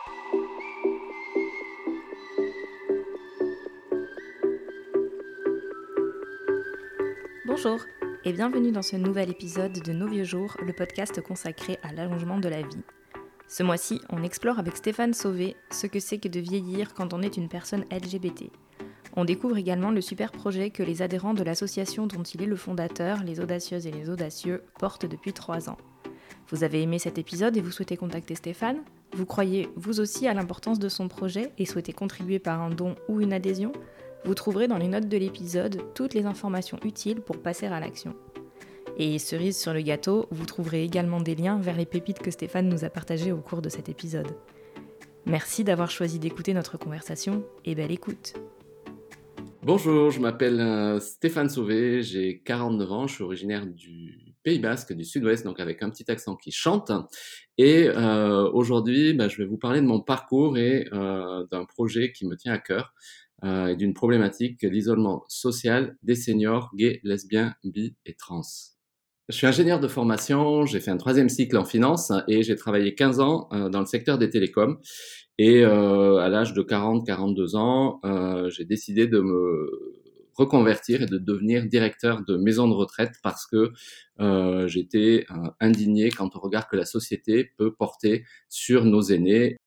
Bonjour et bienvenue dans ce nouvel épisode de Nos Vieux Jours, le podcast consacré à l'allongement de la vie. Ce mois-ci, on explore avec Stéphane Sauvé ce que c'est que de vieillir quand on est une personne LGBT. On découvre également le super projet que les adhérents de l'association dont il est le fondateur, les Audacieuses et les Audacieux, portent depuis 3 ans. Vous avez aimé cet épisode et vous souhaitez contacter Stéphane ? Vous croyez vous aussi à l'importance de son projet et souhaitez contribuer par un don ou une adhésion ? Vous trouverez dans les notes de l'épisode toutes les informations utiles pour passer à l'action. Et cerise sur le gâteau, vous trouverez également des liens vers les pépites que Stéphane nous a partagées au cours de cet épisode. Merci d'avoir choisi d'écouter notre conversation et belle écoute. Bonjour, je m'appelle Stéphane Sauvé, j'ai 49 ans, je suis originaire du Pays Basque, du Sud-Ouest, donc avec un petit accent qui chante. Et aujourd'hui, je vais vous parler de mon parcours et d'un projet qui me tient à cœur et d'une problématique, l'isolement social des seniors gays, lesbiens, bi et trans. Je suis ingénieur de formation, j'ai fait un 3e cycle en finance et j'ai travaillé 15 ans dans le secteur des télécoms. Et à l'âge de 42 ans, j'ai décidé de me reconvertir et de devenir directeur de maison de retraite parce que j'étais indigné quant au regard que la société peut porter sur nos aînés.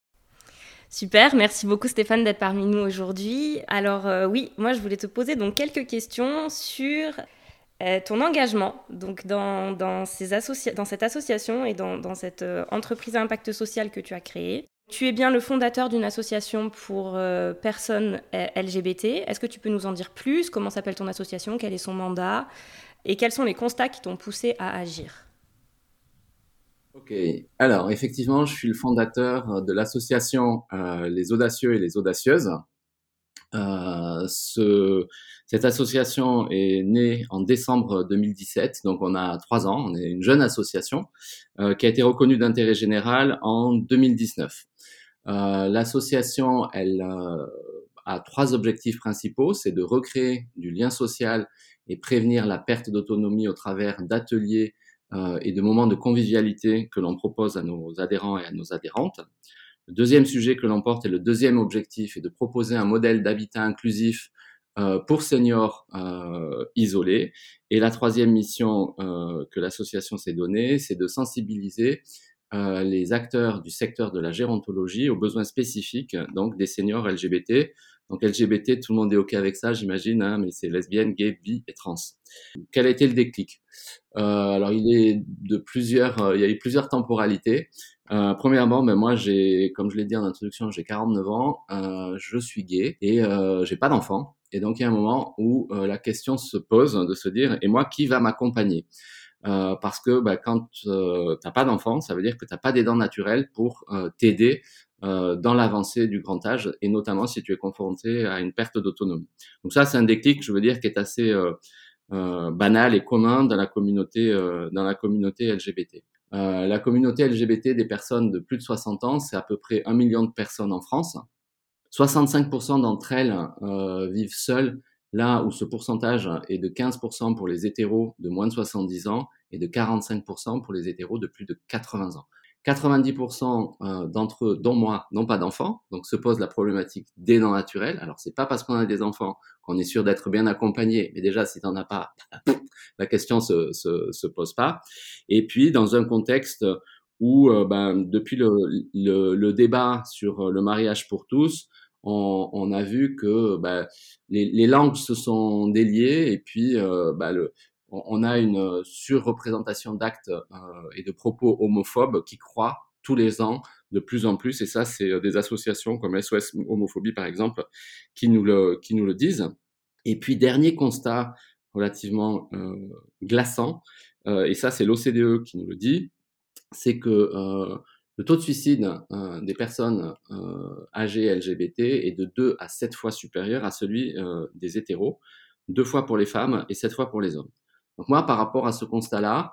Super, merci beaucoup Stéphane d'être parmi nous aujourd'hui. Alors oui, moi je voulais te poser donc quelques questions sur ton engagement donc dans cette association et dans cette entreprise à impact social que tu as créée. Tu es bien le fondateur d'une association pour personnes LGBT. Est-ce que tu peux nous en dire plus ? Comment s'appelle ton association ? Quel est son mandat ? Et quels sont les constats qui t'ont poussé à agir ? Ok, alors effectivement, je suis le fondateur de l'association Les Audacieux et les Audacieuses. Cette association est née en décembre 2017, donc on a 3 ans, on est une jeune association qui a été reconnue d'intérêt général en 2019. L'association, elle a 3 objectifs principaux, c'est de recréer du lien social et prévenir la perte d'autonomie au travers d'ateliers et de moments de convivialité que l'on propose à nos adhérents et à nos adhérentes. Le 2e sujet que l'on porte et le 2e objectif est de proposer un modèle d'habitat inclusif pour seniors isolés. Et la 3e mission que l'association s'est donnée, c'est de sensibiliser les acteurs du secteur de la gérontologie aux besoins spécifiques donc des seniors LGBT. Donc LGBT, tout le monde est OK avec ça, j'imagine, hein, mais c'est lesbienne, gay, bi et trans. Quel a été le déclic ? Alors il y a eu plusieurs temporalités. Premièrement, moi comme je l'ai dit en introduction, j'ai 49 ans, je suis gay et j'ai pas d'enfant. Et donc il y a un moment où la question se pose de se dire, et moi, qui va m'accompagner ? Parce que quand t'as pas d'enfant, ça veut dire que t'as pas d'aidant naturel pour t'aider dans l'avancée du grand âge, et notamment si tu es confronté à une perte d'autonomie. Donc ça, c'est un déclic, je veux dire, qui est assez banal et commun dans la communauté LGBT. La communauté LGBT des personnes de plus de 60 ans, c'est à peu près 1 million de personnes en France. 65% d'entre elles vivent seules, là où ce pourcentage est de 15% pour les hétéros de moins de 70 ans et de 45% pour les hétéros de plus de 80 ans. 90% d'entre eux, dont moi, n'ont pas d'enfants, donc se pose la problématique d'aidant naturel. Alors c'est pas parce qu'on a des enfants qu'on est sûr d'être bien accompagné, mais déjà si t'en as pas, la question se pose pas. Et puis dans un contexte où depuis le débat sur le mariage pour tous, on a vu que les langues se sont déliées et puis on a une surreprésentation d'actes et de propos homophobes qui croît tous les ans de plus en plus, et ça c'est des associations comme SOS Homophobie par exemple qui nous le disent. Et puis dernier constat relativement glaçant, et ça c'est l'OCDE qui nous le dit, c'est que le taux de suicide des personnes âgées LGBT est de 2 à 7 fois supérieur à celui des hétéros, 2 fois pour les femmes et 7 fois pour les hommes. Donc moi, par rapport à ce constat-là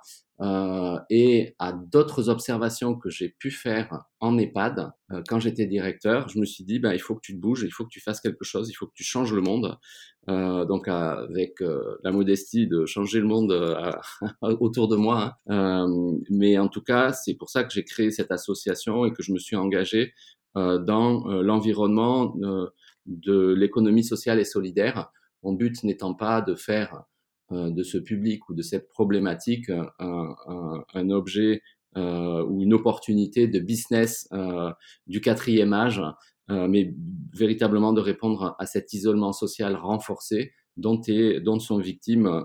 et à d'autres observations que j'ai pu faire en EHPAD, quand j'étais directeur, je me suis dit, il faut que tu te bouges, il faut que tu fasses quelque chose, il faut que tu changes le monde. Donc avec la modestie de changer le monde autour de moi. Mais en tout cas, c'est pour ça que j'ai créé cette association et que je me suis engagé dans l'environnement de l'économie sociale et solidaire. Mon but n'étant pas de faire de ce public ou de cette problématique un objet ou une opportunité de business du quatrième âge, mais véritablement de répondre à cet isolement social renforcé dont sont victimes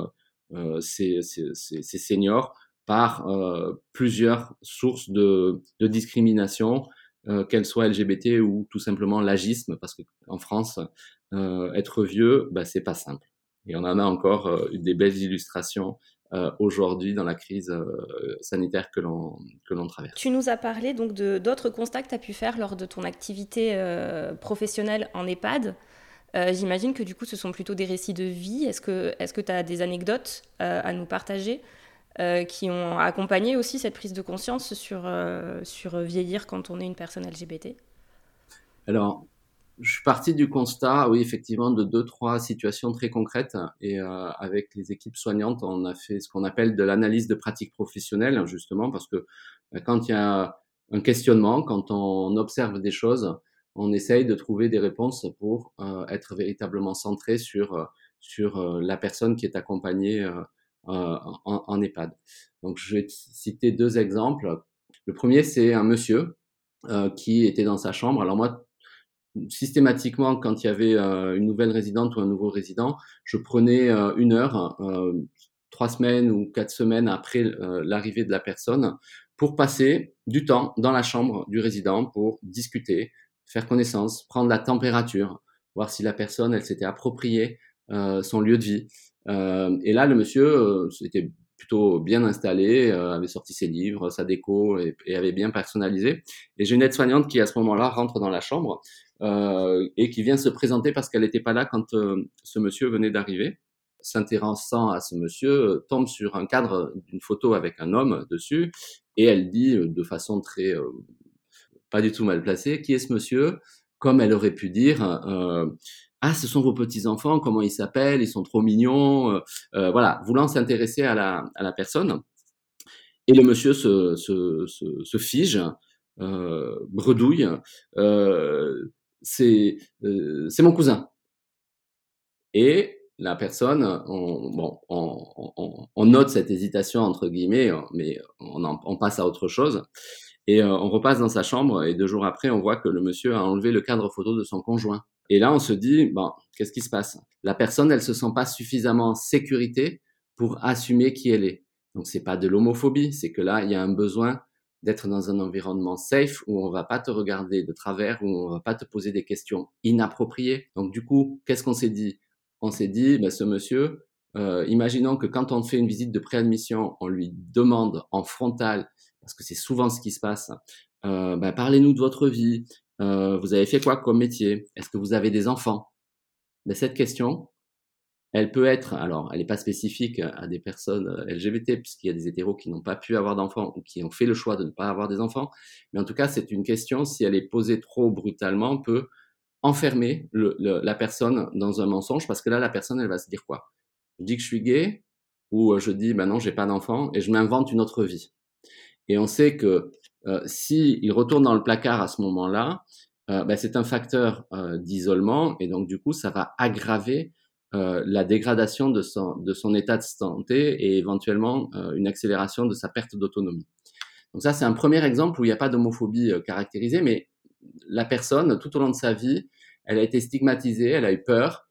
ces seniors par plusieurs sources de discrimination, qu'elles soient LGBT ou tout simplement l'agisme, parce qu'en France, être vieux, c'est pas simple. Et on en a encore des belles illustrations aujourd'hui dans la crise sanitaire que l'on traverse. Tu nous as parlé donc d'autres constats que tu as pu faire lors de ton activité professionnelle en EHPAD. J'imagine que du coup, ce sont plutôt des récits de vie. Est-ce que tu as des anecdotes à nous partager qui ont accompagné aussi cette prise de conscience sur vieillir quand on est une personne LGBT? Alors, je suis parti du constat, oui, effectivement, de 2-3 situations très concrètes. Et avec les équipes soignantes, on a fait ce qu'on appelle de l'analyse de pratiques professionnelles, justement, parce que quand il y a un questionnement, quand on observe des choses, on essaye de trouver des réponses pour être véritablement centré sur la personne qui est accompagnée en EHPAD. Donc, je vais citer 2 exemples. Le premier, c'est un monsieur qui était dans sa chambre. Alors moi, systématiquement, quand il y avait une nouvelle résidente ou un nouveau résident, je prenais 1 heure, 3 semaines ou 4 semaines après l'arrivée de la personne, pour passer du temps dans la chambre du résident pour discuter, faire connaissance, prendre la température, voir si la personne, elle s'était appropriée son lieu de vie. Et là, le monsieur s'était plutôt bien installé, avait sorti ses livres, sa déco et avait bien personnalisé. Et j'ai une aide-soignante qui, à ce moment-là, rentre dans la chambre et qui vient se présenter parce qu'elle n'était pas là quand ce monsieur venait d'arriver. S'intéressant à ce monsieur, tombe sur un cadre d'une photo avec un homme dessus et elle dit de façon très pas du tout mal placée, qui est ce monsieur? Comme elle aurait pu dire ah, ce sont vos petits-enfants, comment ils s'appellent, ils sont trop mignons, voilà, voulant s'intéresser à la personne. Et le monsieur se fige, bredouille, c'est mon cousin. Et la personne, on note cette hésitation entre guillemets, mais on passe à autre chose. Et on repasse dans sa chambre et 2 jours après, on voit que le monsieur a enlevé le cadre photo de son conjoint. Et là, on se dit, bon, qu'est-ce qui se passe? La personne, elle se sent pas suffisamment en sécurité pour assumer qui elle est. Donc, c'est pas de l'homophobie, c'est que là, il y a un besoin d'être dans un environnement safe où on va pas te regarder de travers, où on va pas te poser des questions inappropriées. Donc, du coup, qu'est-ce qu'on s'est dit? On s'est dit, ce monsieur, imaginons que quand on fait une visite de préadmission, on lui demande en frontal, parce que c'est souvent ce qui se passe, parlez-nous de votre vie, vous avez fait quoi comme métier? Est-ce que vous avez des enfants? Cette question, elle peut être, alors elle n'est pas spécifique à des personnes LGBT, puisqu'il y a des hétéros qui n'ont pas pu avoir d'enfants ou qui ont fait le choix de ne pas avoir des enfants, mais en tout cas, c'est une question, si elle est posée trop brutalement, peut enfermer la personne dans un mensonge, parce que là, la personne, elle va se dire quoi? Je dis que je suis gay, ou je dis, non, j'ai pas d'enfant, et je m'invente une autre vie. Et on sait que s'il retourne dans le placard à ce moment-là, c'est un facteur d'isolement, et donc du coup, ça va aggraver la dégradation de son état de santé et éventuellement une accélération de sa perte d'autonomie. Donc ça, c'est un premier exemple où il n'y a pas d'homophobie caractérisée, mais la personne, tout au long de sa vie, elle a été stigmatisée, elle a eu peur,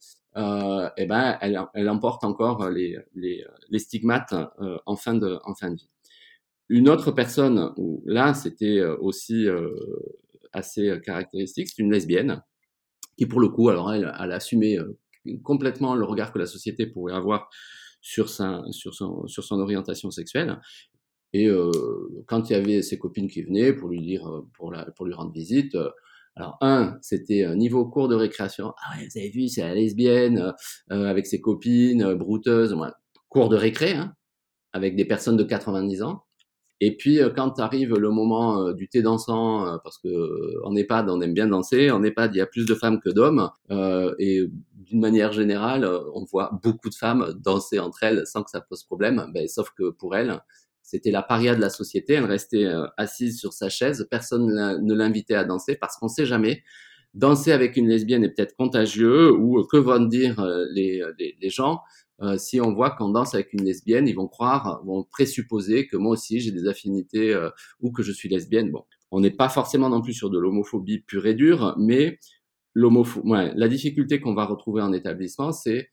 elle emporte encore les stigmates en fin de vie. Une autre personne où là, c'était aussi assez caractéristique, c'est une lesbienne qui, pour le coup, alors elle assumait complètement le regard que la société pourrait avoir sur son orientation sexuelle. Et quand il y avait ses copines qui venaient pour lui dire, pour lui rendre visite, alors c'était niveau cours de récréation. Ah ouais, vous avez vu, c'est la lesbienne avec ses copines brouteuses. Cours de récré, hein, avec des personnes de 90 ans. Et puis quand arrive le moment du thé dansant, parce que en EHPAD on aime bien danser, en EHPAD il y a plus de femmes que d'hommes, et d'une manière générale, on voit beaucoup de femmes danser entre elles sans que ça pose problème, sauf que pour elles, c'était la paria de la société. Elle restait assise sur sa chaise. Personne ne l'invitait à danser parce qu'on ne sait jamais. Danser avec une lesbienne est peut-être contagieux ou que vont dire les gens si on voit qu'on danse avec une lesbienne, ils vont vont présupposer que moi aussi j'ai des affinités ou que je suis lesbienne. Bon, on n'est pas forcément non plus sur de l'homophobie pure et dure, mais la difficulté qu'on va retrouver en établissement, c'est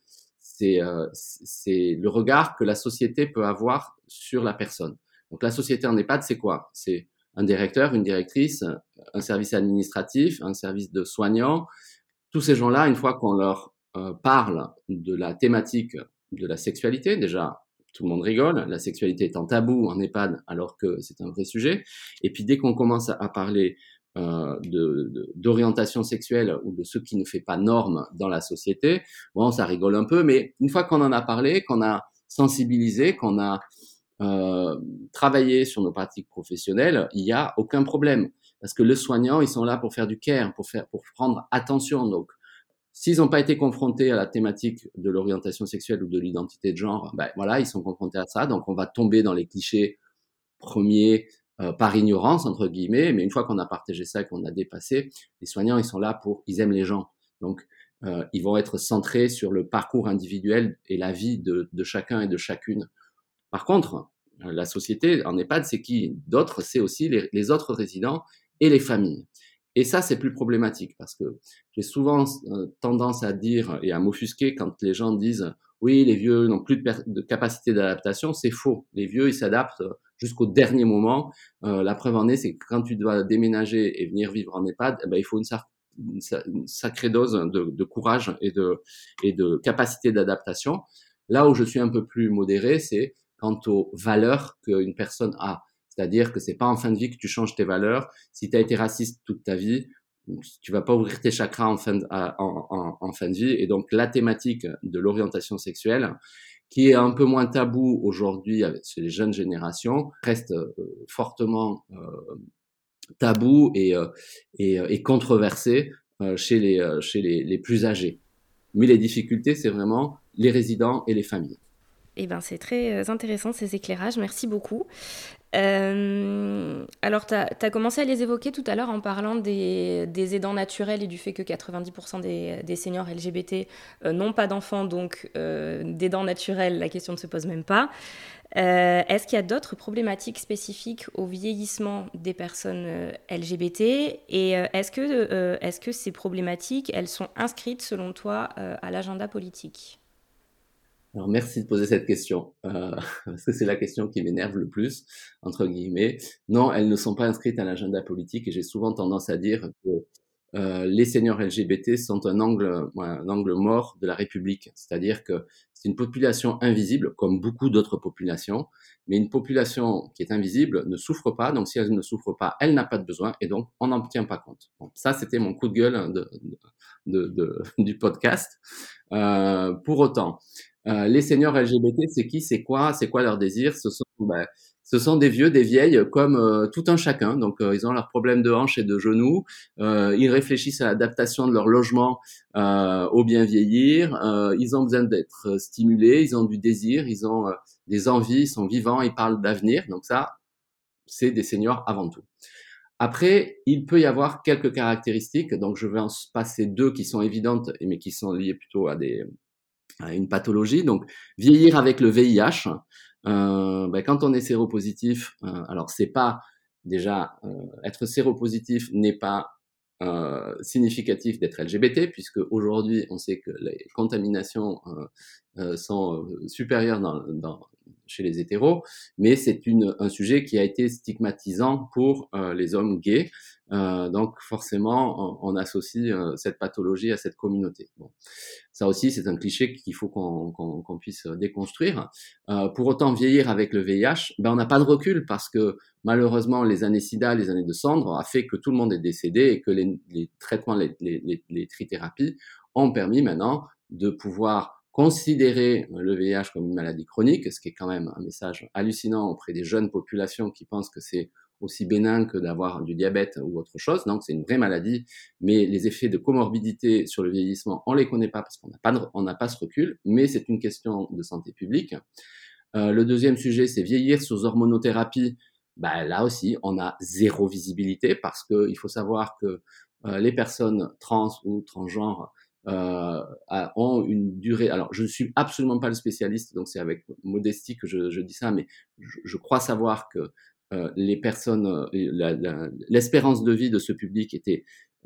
le regard que la société peut avoir sur la personne. Donc la société en EHPAD, c'est quoi? C'est un directeur, une directrice, un service administratif, un service de soignants. Tous ces gens-là, une fois qu'on leur parle de la thématique de la sexualité, déjà, tout le monde rigole, la sexualité est un tabou en EHPAD alors que c'est un vrai sujet. Et puis dès qu'on commence à parler d'orientation sexuelle ou de ce qui ne fait pas norme dans la société, bon, ça rigole un peu, mais une fois qu'on en a parlé, qu'on a sensibilisé, qu'on a travaillé sur nos pratiques professionnelles, il n'y a aucun problème. Parce que le soignant, ils sont là pour faire du care, pour prendre attention. Donc, s'ils n'ont pas été confrontés à la thématique de l'orientation sexuelle ou de l'identité de genre, ben voilà, ils sont confrontés à ça. Donc, on va tomber dans les clichés premiers par ignorance, entre guillemets. Mais une fois qu'on a partagé ça et qu'on a dépassé, les soignants, ils sont là ils aiment les gens. Donc, ils vont être centrés sur le parcours individuel et la vie de chacun et de chacune. Par contre, la société en EHPAD, c'est qui? D'autres, c'est aussi les autres résidents et les familles. Et ça, c'est plus problématique parce que j'ai souvent tendance à dire et à m'offusquer quand les gens disent oui, les vieux n'ont plus de capacité d'adaptation. C'est faux. Les vieux, ils s'adaptent jusqu'au dernier moment. La preuve en est, c'est que quand tu dois déménager et venir vivre en EHPAD, eh ben, il faut une sacrée dose de courage et de capacité d'adaptation. Là où je suis un peu plus modéré, c'est quant aux valeurs qu'une personne a. C'est-à-dire que c'est pas en fin de vie que tu changes tes valeurs. Si tu as été raciste toute ta vie, tu vas pas ouvrir tes chakras en fin de vie. Et donc, la thématique de l'orientation sexuelle, qui est un peu moins tabou aujourd'hui chez les jeunes générations, reste fortement tabou et controversé chez les plus âgés. Mais les difficultés, c'est vraiment les résidents et les familles. Eh ben, c'est très intéressant ces éclairages, merci beaucoup. Alors, tu as commencé à les évoquer tout à l'heure en parlant des aidants naturels et du fait que 90% des seniors LGBT n'ont pas d'enfants, donc d'aidants naturels, la question ne se pose même pas. Est-ce qu'il y a d'autres problématiques spécifiques au vieillissement des personnes LGBT et est-ce que ces problématiques, elles sont inscrites selon toi à l'agenda politique ? Alors, merci de poser cette question, parce que c'est la question qui m'énerve le plus, entre guillemets. Non, elles ne sont pas inscrites à l'agenda politique et j'ai souvent tendance à dire que les seniors LGBT sont un angle mort de la République. C'est-à-dire que c'est une population invisible, comme beaucoup d'autres populations, mais une population qui est invisible ne souffre pas, donc si elle ne souffre pas, elle n'a pas de besoin et donc on n'en tient pas compte. Bon, ça, c'était mon coup de gueule du podcast. Pour autant, les seniors LGBT, c'est qui? C'est quoi leur désir? Ce sont des vieux, des vieilles, comme tout un chacun. Donc, ils ont leurs problèmes de hanches et de genoux. Ils réfléchissent à l'adaptation de leur logement au bien vieillir. Ils ont besoin d'être stimulés. Ils ont du désir. Ils ont des envies. Ils sont vivants. Ils parlent d'avenir. Donc ça, c'est des seniors avant tout. Après, il peut y avoir quelques caractéristiques. Donc, je vais en passer deux qui sont évidentes, mais qui sont liées plutôt à une pathologie. Donc, vieillir avec le VIH. Quand on est séropositif, alors c'est pas déjà être séropositif n'est pas significatif d'être LGBT, puisque aujourd'hui on sait que les contaminations sont supérieures chez les hétéros, mais c'est un sujet qui a été stigmatisant pour les hommes gays. Donc forcément, on associe cette pathologie à cette communauté. Bon. Ça aussi, c'est un cliché qu'il faut qu'on puisse déconstruire. Pour autant, vieillir avec le VIH, on n'a pas de recul parce que malheureusement, les années SIDA, les années de cendre a fait que tout le monde est décédé et que les traitements, les trithérapies ont permis maintenant de pouvoir considérer le VIH comme une maladie chronique, ce qui est quand même un message hallucinant auprès des jeunes populations qui pensent que c'est aussi bénin que d'avoir du diabète ou autre chose. Donc, c'est une vraie maladie, mais les effets de comorbidité sur le vieillissement, on les connaît pas parce qu'on n'a pas ce recul, mais c'est une question de santé publique. Le deuxième sujet, c'est vieillir sous hormonothérapie. Bah, là aussi, on a zéro visibilité parce que il faut savoir que les personnes trans ou transgenres ont une durée. Alors, je ne suis absolument pas le spécialiste, donc c'est avec modestie que je dis ça, mais je crois savoir que les personnes, l'espérance de vie de ce public était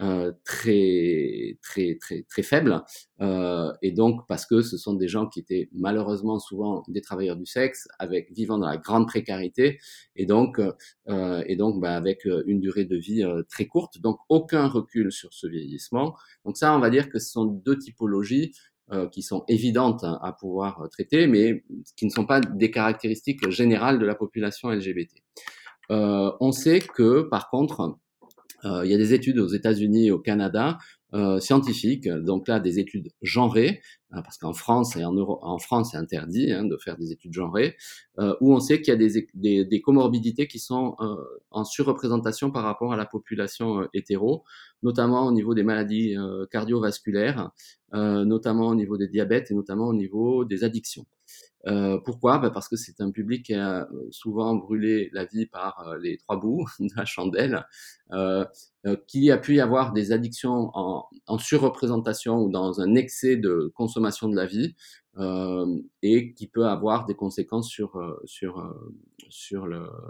très faible, et donc parce que ce sont des gens qui étaient malheureusement souvent des travailleurs du sexe, vivant dans la grande précarité, et donc bah, avec une durée de vie très courte, donc aucun recul sur ce vieillissement. Donc ça, on va dire que ce sont deux typologies qui sont évidentes à pouvoir traiter, mais qui ne sont pas des caractéristiques générales de la population LGBT. On sait que, par contre, il y a des études aux États-Unis et au Canada scientifiques, donc là des études genrées, parce qu'en France et en France c'est interdit de faire des études genrées, où on sait qu'il y a des comorbidités qui sont en surreprésentation par rapport à la population hétéro, notamment au niveau des maladies cardiovasculaires, notamment au niveau des diabètes et notamment au niveau des addictions. Pourquoi? Bah parce que c'est un public qui a souvent brûlé la vie par les trois bouts de la chandelle, qu'il a pu y avoir des addictions en surreprésentation ou dans un excès de consommation de la vie, et qui peut avoir des conséquences sur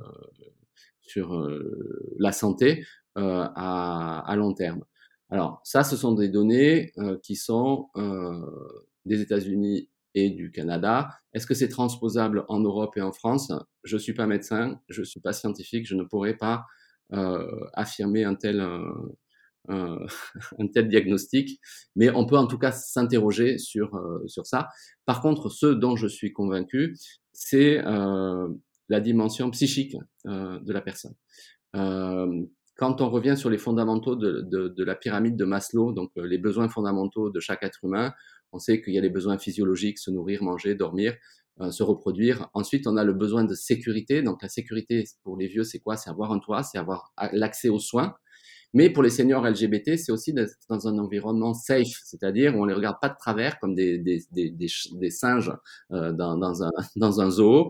la santé à long terme. Alors ça, ce sont des données qui sont des États-Unis et du Canada. Est-ce que c'est transposable en Europe et en France? Je suis pas médecin, je suis pas scientifique, je ne pourrais pas affirmer un, un tel diagnostic, mais on peut en tout cas s'interroger sur ça. Par contre, ce dont je suis convaincu, c'est la dimension psychique de la personne. Quand on revient sur les fondamentaux de la pyramide de Maslow, donc les besoins fondamentaux de chaque être humain, on sait qu'il y a les besoins physiologiques, se nourrir, manger, dormir, se reproduire. Ensuite, on a le besoin de sécurité. Donc la sécurité pour les vieux, c'est quoi? C'est avoir un toit, c'est avoir l'accès aux soins. Mais pour les seniors LGBT, c'est aussi d'être dans un environnement safe, c'est-à-dire où on les regarde pas de travers comme des singes dans un zoo,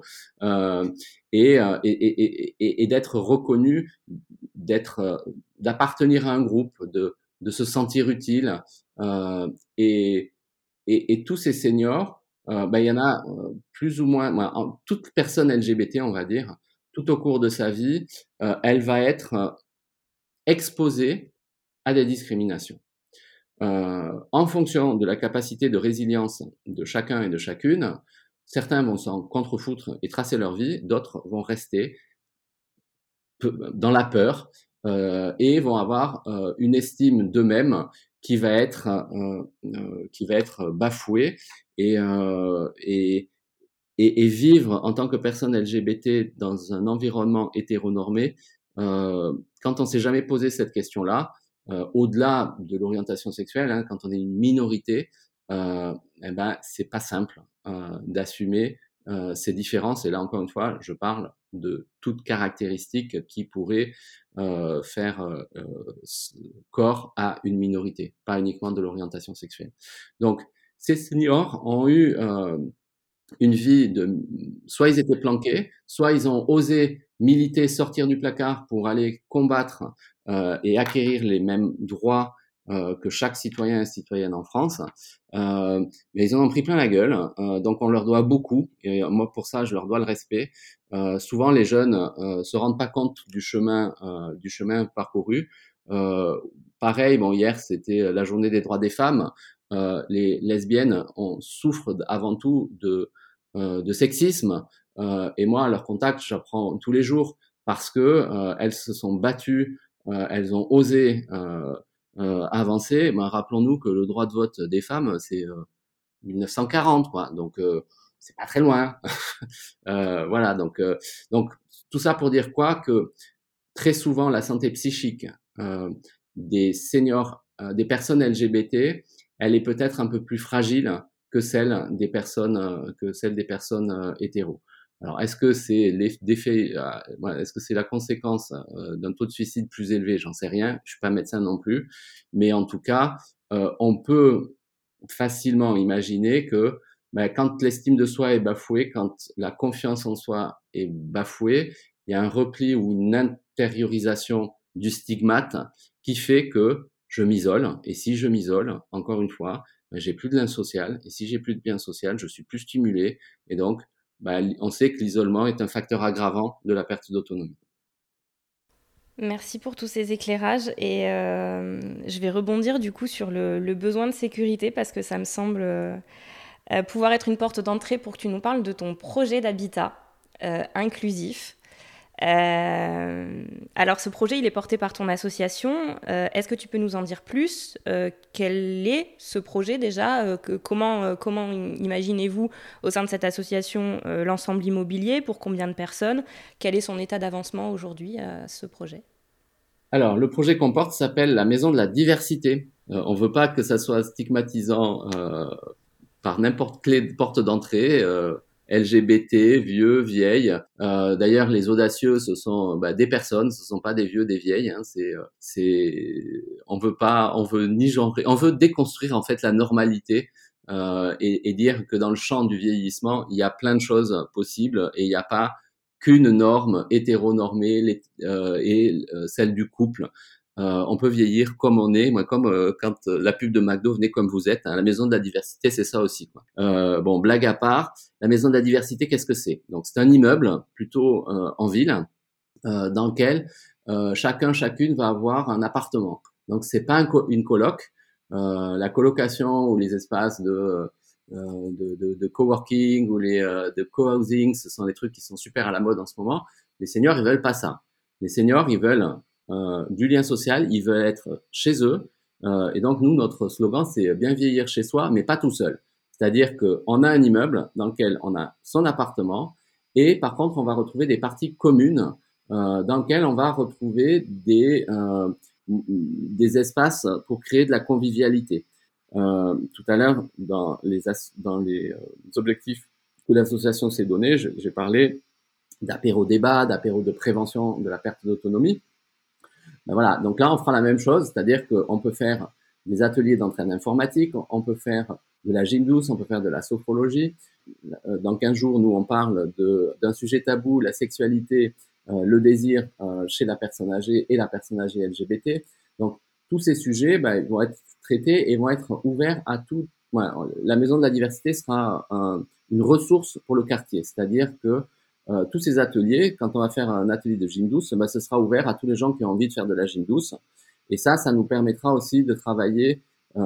et d'être reconnu, d'appartenir à un groupe, de se sentir utile, euh, et, et tous ces seniors, ben, il y en a plus ou moins, toute personne LGBT, on va dire, tout au cours de sa vie, elle va être exposés à des discriminations. En fonction de la capacité de résilience de chacun et de chacune, certains vont s'en contrefoutre et tracer leur vie, d'autres vont rester dans la peur et vont avoir une estime d'eux-mêmes qui va être bafouée, et, euh, et, et vivre en tant que personne LGBT dans un environnement hétéronormé, quand on s'est jamais posé cette question-là, au-delà de l'orientation sexuelle, quand on est une minorité, eh ben c'est pas simple d'assumer ces différences. Et là encore une fois, je parle de toute caractéristique qui pourrait faire corps à une minorité, pas uniquement de l'orientation sexuelle. Donc ces seniors ont eu une vie soit ils étaient planqués, soit ils ont osé militer, sortir du placard pour aller combattre et acquérir les mêmes droits que chaque citoyen et citoyenne en France. Mais ils en ont pris plein la gueule, donc on leur doit beaucoup, et moi pour ça je leur dois le respect. Souvent les jeunes se rendent pas compte du chemin parcouru. Pareil, bon, hier c'était la journée des droits des femmes. Les lesbiennes souffrent avant tout de sexisme, et moi à leur contact j'apprends tous les jours parce que elles se sont battues, elles ont osé avancer. Ben, rappelons-nous que le droit de vote des femmes c'est 1940, quoi, donc c'est pas très loin. Voilà, donc tout ça pour dire quoi, que très souvent la santé psychique des seniors, des personnes LGBT, elle est peut-être un peu plus fragile que celle des personnes hétéros. Alors, est-ce que c'est l'effet, est-ce que c'est la conséquence d'un taux de suicide plus élevé? J'en sais rien. Je suis pas médecin non plus, mais en tout cas, on peut facilement imaginer que quand l'estime de soi est bafouée, quand la confiance en soi est bafouée, il y a un repli ou une intériorisation du stigmate qui fait que je m'isole. Et si je m'isole, encore une fois, j'ai plus de lien social. Et si j'ai plus de lien social, je suis plus stimulé. Et donc, on sait que l'isolement est un facteur aggravant de la perte d'autonomie. Merci pour tous ces éclairages et je vais rebondir du coup sur le besoin de sécurité parce que ça me semble pouvoir être une porte d'entrée pour que tu nous parles de ton projet d'habitat inclusif. Alors ce projet, il est porté par ton association. Est-ce que tu peux nous en dire plus? Quel est ce projet déjà? Comment imaginez-vous au sein de cette association l'ensemble immobilier? Pour combien de personnes? Quel est son état d'avancement aujourd'hui ce projet? Alors, le projet qu'on porte s'appelle la Maison de la Diversité. On veut pas que ça soit stigmatisant par n'importe quelle porte d'entrée, LGBT, vieux, vieilles. D'ailleurs, les audacieux, ce sont des personnes, ce sont pas des vieux, des vieilles. Hein, on veut ni genrer, on veut déconstruire en fait la normalité et dire que dans le champ du vieillissement, il y a plein de choses possibles et il n'y a pas qu'une norme hétéronormée celle du couple. On peut vieillir comme on est. Moi, comme quand la pub de McDo venait comme vous êtes, hein, la maison de la diversité, c'est ça aussi, quoi. Bon, blague à part, la maison de la diversité, qu'est-ce que c'est? Donc, c'est un immeuble plutôt en ville dans lequel chacune va avoir un appartement. Donc, c'est pas une coloc. La colocation ou les espaces de coworking ou de co-housing, ce sont des trucs qui sont super à la mode en ce moment. Les seniors, ils veulent pas ça. Les seniors, ils veulent du lien social, ils veulent être chez eux. Et donc, nous, notre slogan, c'est bien vieillir chez soi, mais pas tout seul. C'est-à-dire qu'on a un immeuble dans lequel on a son appartement et par contre, on va retrouver des parties communes dans lequel on va retrouver des espaces pour créer de la convivialité. Tout à l'heure, dans les objectifs que l'association s'est donné, j'ai parlé d'apéro-débat, d'apéro de prévention de la perte d'autonomie. Voilà, donc là, on fera la même chose, c'est-à-dire qu'on peut faire des ateliers d'entraîne informatique, on peut faire de la gym douce, on peut faire de la sophrologie. Dans 15 jours, nous, on parle d'un sujet tabou, la sexualité, le désir chez la personne âgée et la personne âgée LGBT. Donc, tous ces sujets ils vont être traités et vont être ouverts à tout. Voilà, la Maison de la Diversité sera une ressource pour le quartier, c'est-à-dire que tous ces ateliers, quand on va faire un atelier de gym douce, ce sera ouvert à tous les gens qui ont envie de faire de la gym douce. Et ça nous permettra aussi de travailler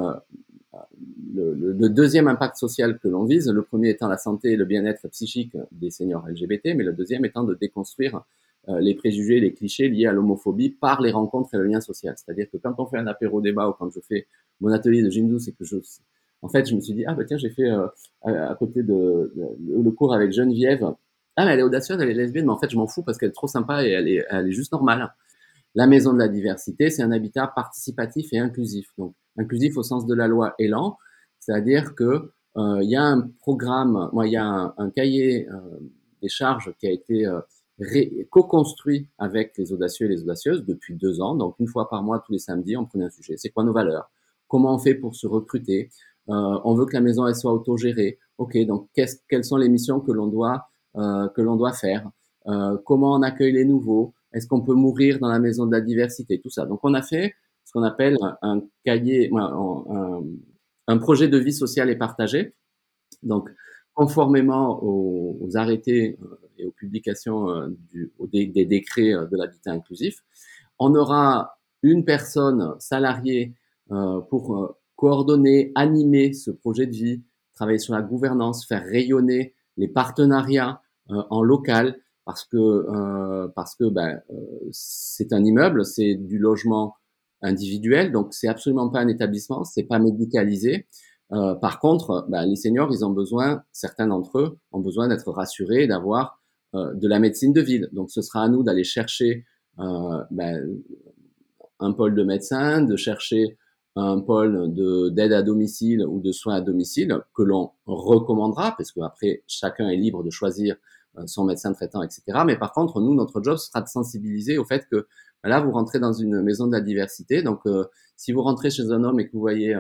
le deuxième impact social que l'on vise. Le premier étant la santé et le bien-être psychique des seniors LGBT, mais le deuxième étant de déconstruire les préjugés, les clichés liés à l'homophobie par les rencontres et le lien social. C'est-à-dire que quand on fait un apéro-débat ou quand je fais mon atelier de gym douce et que en fait, je me suis dit, tiens, j'ai fait à côté le cours avec Geneviève. Mais elle est audacieuse, elle est lesbienne, mais en fait, je m'en fous parce qu'elle est trop sympa et elle est juste normale. La Maison de la Diversité, c'est un habitat participatif et inclusif. Donc, inclusif au sens de la loi Elan, c'est-à-dire que il y a un programme, il y a un cahier des charges qui a été co-construit avec les audacieux et les audacieuses depuis 2 ans. Donc, une fois par mois, tous les samedis, on prenait un sujet. C'est quoi nos valeurs? Comment on fait pour se recruter? On veut que la maison elle soit autogérée. Ok, donc quelles sont les missions que l'on doit faire? Comment on accueille les nouveaux? Est-ce qu'on peut mourir dans la maison de la diversité? Tout ça. Donc, on a fait ce qu'on appelle un cahier, un projet de vie sociale et partagé. Donc, conformément aux arrêtés et aux publications des décrets de l'habitat inclusif, on aura une personne salariée pour coordonner, animer ce projet de vie, travailler sur la gouvernance, faire rayonner les partenariats en local, parce que c'est un immeuble, c'est du logement individuel, donc c'est absolument pas un établissement, c'est pas médicalisé. Par contre, les seniors, ils ont besoin, certains d'entre eux ont besoin d'être rassurés, d'avoir de la médecine de ville. Donc, ce sera à nous d'aller chercher un pôle de médecins, de chercher un pôle d'aide à domicile ou de soins à domicile que l'on recommandera, parce qu'après, chacun est libre de choisir son médecin traitant, etc. Mais par contre, nous, notre job sera de sensibiliser au fait que là, vous rentrez dans une maison de la diversité. Donc, si vous rentrez chez un homme et que vous voyez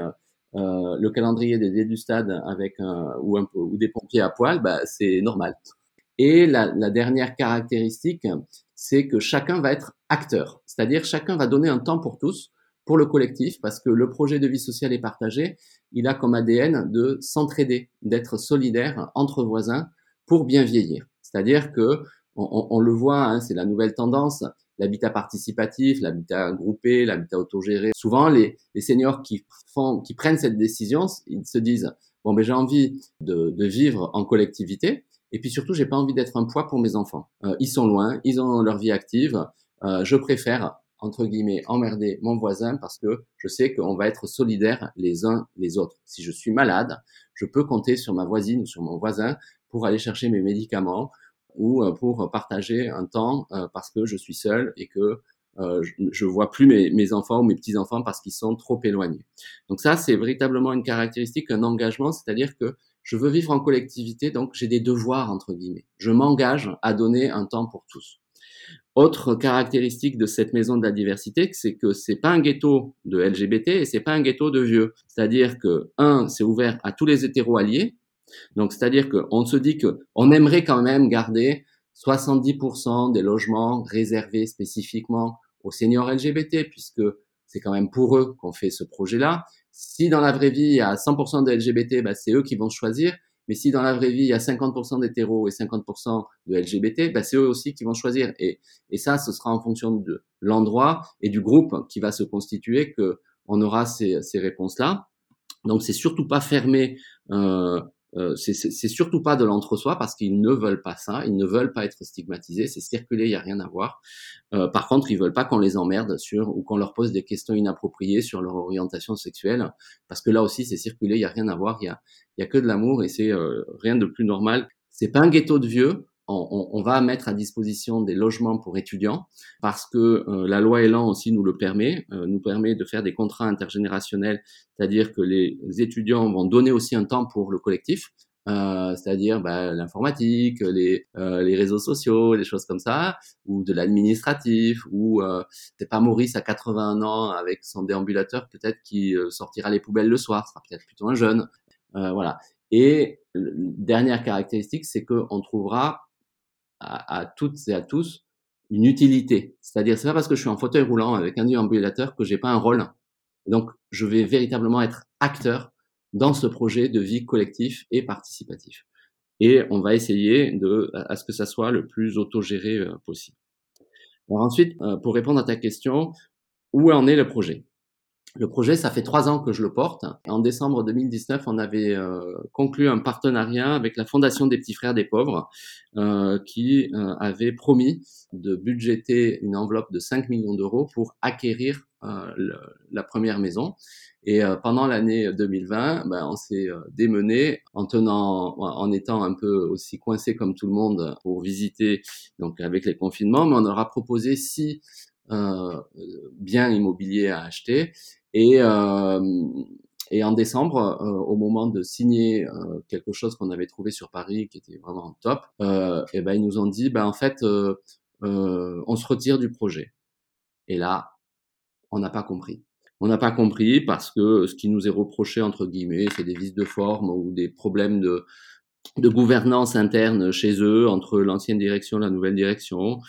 le calendrier des dés du stade avec ou des pompiers à poil, bah, c'est normal. Et la dernière caractéristique, c'est que chacun va être acteur, c'est-à-dire chacun va donner un temps pour tous, pour le collectif, parce que le projet de vie sociale et partagée, il a comme ADN de s'entraider, d'être solidaire entre voisins pour bien vieillir. C'est-à-dire que on le voit, hein, c'est la nouvelle tendance, l'habitat participatif, l'habitat groupé, l'habitat autogéré. Souvent, les seniors qui prennent cette décision, ils se disent bon, ben j'ai envie de vivre en collectivité. Et puis surtout, j'ai pas envie d'être un poids pour mes enfants. Ils sont loin, ils ont leur vie active. Je préfère, entre guillemets, emmerder mon voisin parce que je sais qu'on va être solidaires les uns les autres. Si je suis malade, je peux compter sur ma voisine ou sur mon voisin pour aller chercher mes médicaments ou pour partager un temps parce que je suis seul et que je vois plus mes enfants ou mes petits-enfants parce qu'ils sont trop éloignés. Donc ça, c'est véritablement une caractéristique, un engagement, c'est-à-dire que je veux vivre en collectivité, donc j'ai des devoirs, entre guillemets. Je m'engage à donner un temps pour tous. Autre caractéristique de cette maison de la diversité, c'est que c'est pas un ghetto de LGBT et c'est pas un ghetto de vieux. C'est-à-dire que, c'est ouvert à tous les hétéros alliés. Donc, c'est-à-dire qu'on se dit qu'on aimerait quand même garder 70% des logements réservés spécifiquement aux seniors LGBT, puisque c'est quand même pour eux qu'on fait ce projet-là. Si dans la vraie vie, il y a 100% de LGBT, bah, c'est eux qui vont choisir. Mais si dans la vraie vie, il y a 50% d'hétéros et 50% de LGBT, bah, c'est eux aussi qui vont choisir. Et ça, ce sera en fonction de l'endroit et du groupe qui va se constituer que on aura ces réponses-là. Donc, c'est surtout pas fermé. C'est surtout pas de l'entre-soi parce qu'ils ne veulent pas ça, ils ne veulent pas être stigmatisés, c'est circuler, il y a rien à voir. Par contre, ils veulent pas qu'on les emmerde ou qu'on leur pose des questions inappropriées sur leur orientation sexuelle, parce que là aussi c'est circuler, il y a rien à voir, il y a que de l'amour et c'est rien de plus normal. C'est pas un ghetto de vieux. On va mettre à disposition des logements pour étudiants parce que la loi Elan aussi nous permet de faire des contrats intergénérationnels, c'est-à-dire que les étudiants vont donner aussi un temps pour le collectif, c'est-à-dire l'informatique, les réseaux sociaux, des choses comme ça, ou de l'administratif, ou c'est pas Maurice à 81 ans avec son déambulateur peut-être qui sortira les poubelles le soir, ce sera peut-être plutôt un jeune, voilà. Et dernière caractéristique, c'est qu'on trouvera à toutes et à tous une utilité. C'est-à-dire, c'est pas parce que je suis en fauteuil roulant avec un déambulateur que j'ai pas un rôle. Donc, je vais véritablement être acteur dans ce projet de vie collectif et participatif. Et on va essayer à ce que ça soit le plus autogéré possible. Alors ensuite, pour répondre à ta question, où en est le projet ? Le projet, ça fait 3 ans que je le porte. En décembre 2019, on avait conclu un partenariat avec la Fondation des Petits Frères des Pauvres qui avait promis de budgéter une enveloppe de 5 millions d'euros pour acquérir la première maison. Et pendant l'année 2020, on s'est démené en étant un peu aussi coincé comme tout le monde pour visiter, donc avec les confinements, mais on leur a proposé 6 biens immobiliers à acheter. Et en décembre, au moment de signer quelque chose qu'on avait trouvé sur Paris qui était vraiment top, ils nous ont dit en fait on se retire du projet. Et là, on n'a pas compris. On n'a pas compris parce que ce qui nous est reproché entre guillemets, c'est des vices de forme ou des problèmes de gouvernance interne chez eux entre l'ancienne direction et la nouvelle direction.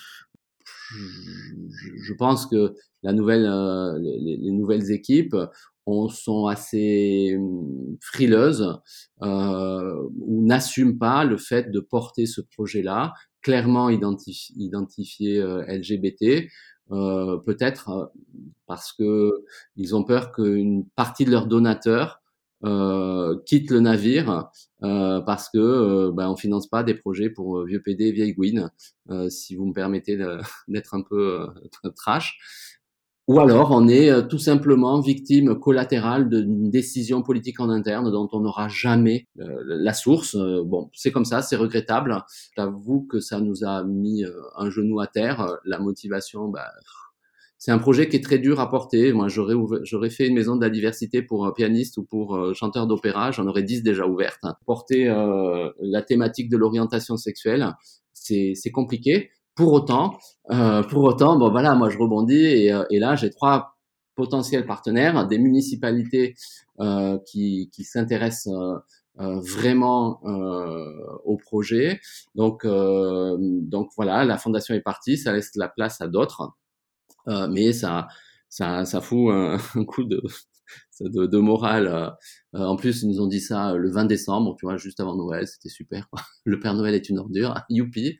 Je pense que les nouvelles équipes sont assez frileuses ou n'assument pas le fait de porter ce projet-là, clairement identifié LGBT, peut-être parce que ils ont peur qu'une partie de leurs donateurs quitte le navire parce que on finance pas des projets pour vieux PD et vieilles gouines, si vous me permettez d'être un peu trash. Ou alors on est tout simplement victime collatérale d'une décision politique en interne dont on n'aura jamais la source. Bon, c'est comme ça, c'est regrettable. J'avoue que ça nous a mis un genou à terre. La motivation, c'est un projet qui est très dur à porter. Moi, j'aurais fait une maison de la diversité pour un pianiste ou pour chanteur d'opéra. J'en aurais 10 déjà ouvertes. Porter la thématique de l'orientation sexuelle, c'est compliqué. Pour autant, moi je rebondis et là j'ai 3 potentiels partenaires, des municipalités qui s'intéressent vraiment au projet. Donc voilà, la fondation est partie, ça laisse la place à d'autres, mais ça fout un coup de morale. En plus, ils nous ont dit ça le 20 décembre, tu vois, juste avant Noël, c'était super, quoi. Le Père Noël est une ordure, youpi.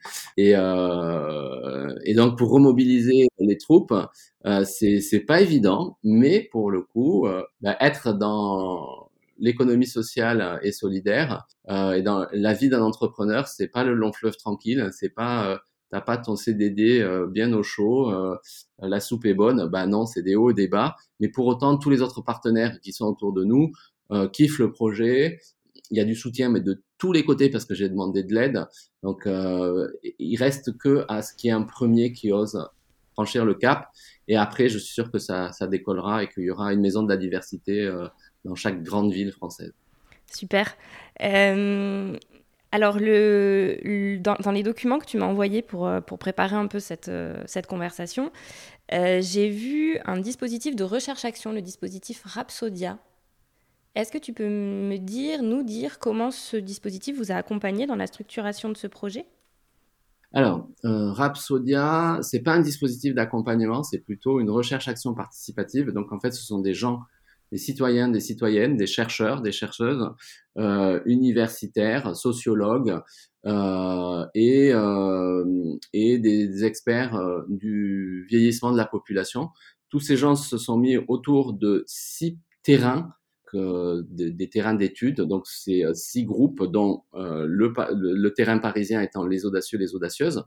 Et donc, pour remobiliser les troupes, c'est pas évident, mais pour le coup, être dans l'économie sociale et solidaire et dans la vie d'un entrepreneur, c'est pas le long fleuve tranquille, c'est pas t'as pas ton CDD bien au chaud, la soupe est bonne, bah non, c'est des hauts et des bas. Mais pour autant, tous les autres partenaires qui sont autour de nous kiffent le projet. Il y a du soutien, mais de tous les côtés parce que j'ai demandé de l'aide. Donc, il reste que à ce qu'il y ait un premier qui ose franchir le cap. Et après, je suis sûr que ça décollera et qu'il y aura une maison de la diversité dans chaque grande ville française. Super. Alors, dans les documents que tu m'as envoyés pour préparer un peu cette conversation, j'ai vu un dispositif de recherche-action, le dispositif Rapsodia. Est-ce que tu peux nous dire comment ce dispositif vous a accompagné dans la structuration de ce projet ? Alors, Rapsodia, c'est pas un dispositif d'accompagnement, c'est plutôt une recherche-action participative. Donc, en fait, ce sont des gens, des citoyens, des citoyennes, des chercheurs, des chercheuses, universitaires, sociologues et des experts du vieillissement de la population. Tous ces gens se sont mis autour de 6 terrains des terrains d'études. Donc, c'est 6 groupes, dont le terrain parisien étant les audacieux, les audacieuses.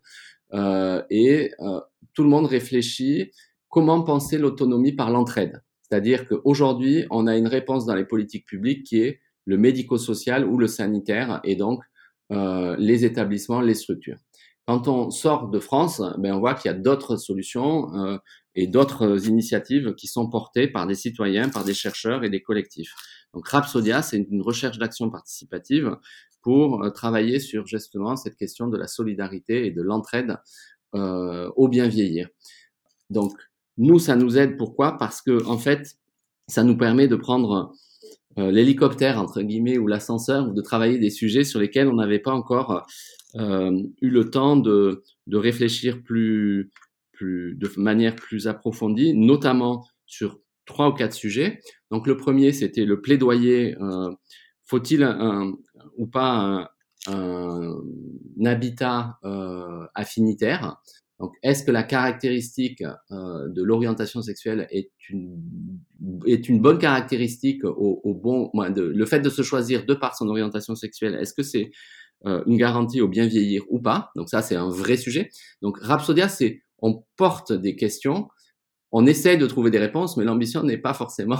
Tout le monde réfléchit comment penser l'autonomie par l'entraide. C'est-à-dire qu'aujourd'hui, on a une réponse dans les politiques publiques qui est le médico-social ou le sanitaire, et donc les établissements, les structures. Quand on sort de France, on voit qu'il y a d'autres solutions et d'autres initiatives qui sont portées par des citoyens, par des chercheurs et des collectifs. Donc Rapsodia, c'est une recherche d'action participative pour travailler sur justement cette question de la solidarité et de l'entraide au bien vieillir. Donc nous, ça nous aide. Pourquoi ? Parce que en fait, ça nous permet de prendre l'hélicoptère entre guillemets ou l'ascenseur, ou de travailler des sujets sur lesquels on n'avait pas encore eu le temps de réfléchir de manière plus approfondie, notamment sur 3 ou 4 sujets. Donc le premier, c'était le plaidoyer. Faut-il ou pas un habitat affinitaire ? Donc, est-ce que la caractéristique de l'orientation sexuelle est une bonne caractéristique le fait de se choisir de par son orientation sexuelle, est-ce que c'est une garantie au bien vieillir ou pas ? Donc ça, c'est un vrai sujet. Donc Rapsodia, on porte des questions, on essaie de trouver des réponses, mais l'ambition n'est pas forcément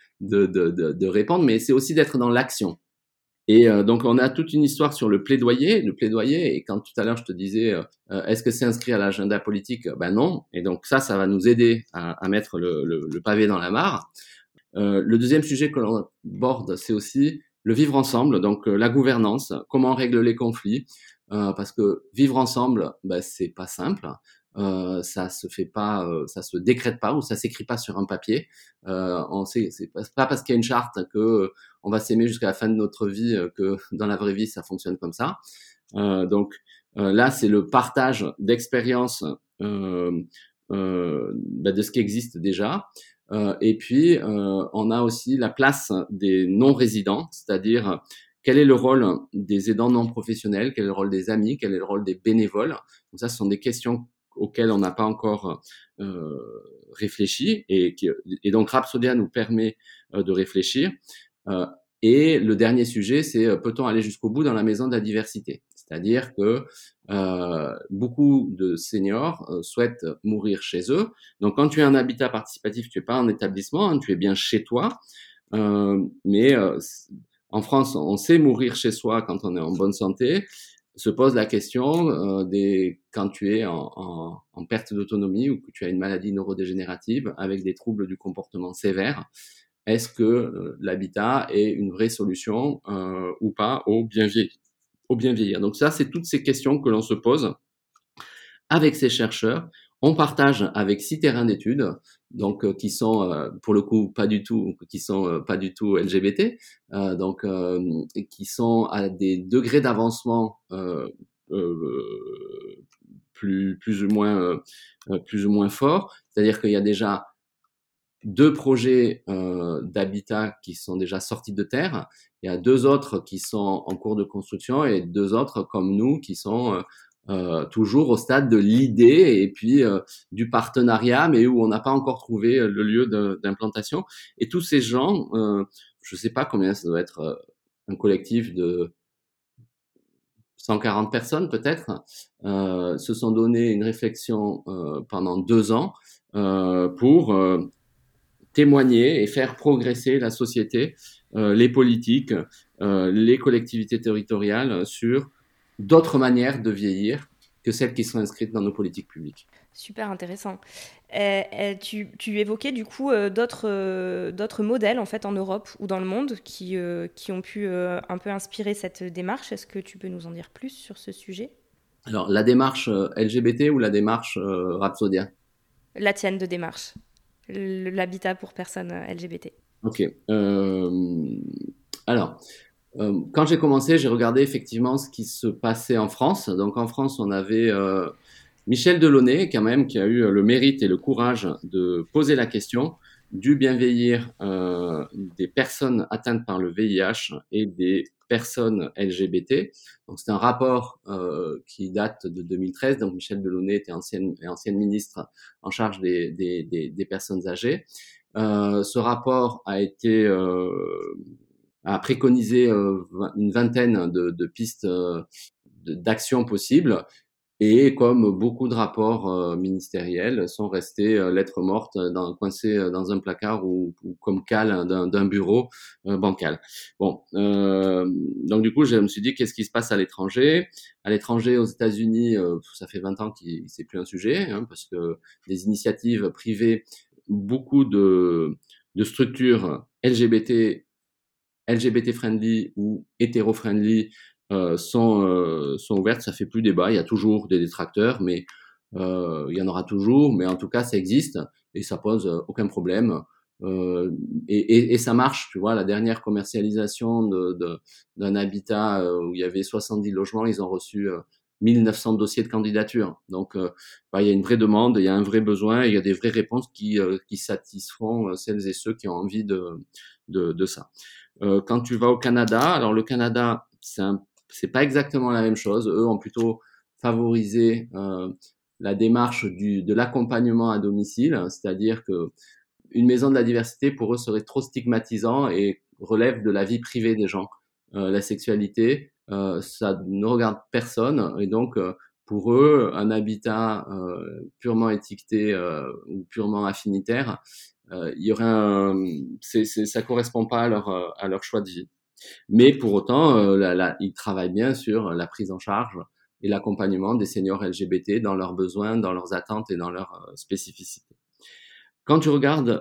de répondre, mais c'est aussi d'être dans l'action. Et donc, on a toute une histoire sur le plaidoyer. Le plaidoyer, et quand tout à l'heure, je te disais, est-ce que c'est inscrit à l'agenda politique ? Ben non. Et donc, ça va nous aider à mettre le pavé dans la mare. Le deuxième sujet que l'on aborde, c'est aussi le vivre ensemble, donc la gouvernance, comment on règle les conflits, parce que vivre ensemble, c'est pas simple. Ça se décrète pas ou ça s'écrit pas sur un papier. C'est pas parce qu'il y a une charte que on va s'aimer jusqu'à la fin de notre vie que dans la vraie vie ça fonctionne comme ça. Donc là, c'est le partage d'expériences de ce qui existe déjà. Et puis on a aussi la place des non-résidents, c'est-à-dire quel est le rôle des aidants non professionnels, quel est le rôle des amis, quel est le rôle des bénévoles. Donc ça, ce sont des questions auxquelles on n'a pas encore réfléchi, et donc Rapsodia nous permet de réfléchir. Et le dernier sujet, c'est peut-on aller jusqu'au bout dans la maison de la diversité ? C'est-à-dire que beaucoup de seniors souhaitent mourir chez eux. Donc quand tu es en habitat participatif, tu es pas en établissement, hein, tu es bien chez toi. Mais en France, on sait mourir chez soi quand on est en bonne santé. Se pose la question quand tu es en perte d'autonomie ou que tu as une maladie neurodégénérative avec des troubles du comportement sévères. Est-ce que l'habitat est une vraie solution ou pas au bien vieillir ? Donc ça, c'est toutes ces questions que l'on se pose avec ces chercheurs. On partage avec 6 terrains d'études, donc qui sont pour le coup pas du tout, pas du tout LGBT, et qui sont à des degrés d'avancement plus ou moins forts. C'est-à-dire qu'il y a déjà 2 projets d'habitat qui sont déjà sortis de terre. Il y a 2 autres qui sont en cours de construction et 2 autres comme nous qui sont toujours au stade de l'idée et puis du partenariat, mais où on n'a pas encore trouvé le lieu d'implantation. Et tous ces gens, je ne sais pas combien ça doit être, un collectif de 140 personnes peut-être, se sont donné une réflexion pendant 2 ans pour témoigner et faire progresser la société, les politiques, les collectivités territoriales sur d'autres manières de vieillir que celles qui sont inscrites dans nos politiques publiques. Super intéressant. Tu évoquais du coup d'autres modèles en fait en Europe ou dans le monde qui ont pu un peu inspirer cette démarche. Est-ce que tu peux nous en dire plus sur ce sujet? Alors, la démarche LGBT ou la démarche Rhapsodia? La tienne de démarche, l'habitat pour personnes LGBT. Ok. Alors, quand j'ai commencé, j'ai regardé effectivement ce qui se passait en France. Donc, en France, on avait Michel Delaunay, quand même, qui a eu le mérite et le courage de poser la question du bien vieillir des personnes atteintes par le VIH et des personnes LGBT. Donc, c'est un rapport qui date de 2013. Donc, Michel Delaunay était ancienne ministre en charge des personnes âgées. Ce rapport a préconisé une vingtaine de pistes d'action possibles. Et comme beaucoup de rapports ministériels sont restés lettres mortes, coincés dans un placard ou comme cale d'un bureau bancal. Bon, donc du coup, je me suis dit, qu'est-ce qui se passe à l'étranger? À l'étranger, aux États-Unis, ça fait 20 ans que c'est plus un sujet, hein, parce que des initiatives privées, beaucoup de structures LGBT friendly ou hétéro friendly sont ouvertes. Ça fait plus débat. Il y a toujours des détracteurs, mais il y en aura toujours. Mais en tout cas, ça existe et ça pose aucun problème. Et ça marche. Tu vois, la dernière commercialisation d'un habitat où il y avait 70 logements, ils ont reçu 1900 dossiers de candidature. Donc, il y a une vraie demande, il y a un vrai besoin, il y a des vraies réponses qui satisferont celles et ceux qui ont envie de ça. Quand tu vas au Canada, alors le Canada, c'est pas exactement la même chose. Eux ont plutôt favorisé la démarche de l'accompagnement à domicile, c'est-à-dire que une maison de la diversité pour eux serait trop stigmatisant et relève de la vie privée des gens. La sexualité, ça ne regarde personne et donc pour eux, un habitat purement étiqueté ou purement affinitaire, il y aurait ça correspond pas à leur choix de vie. Mais pour autant, ils travaillent bien sur la prise en charge et l'accompagnement des seniors LGBT dans leurs besoins, dans leurs attentes et dans leurs spécificités. Quand tu regardes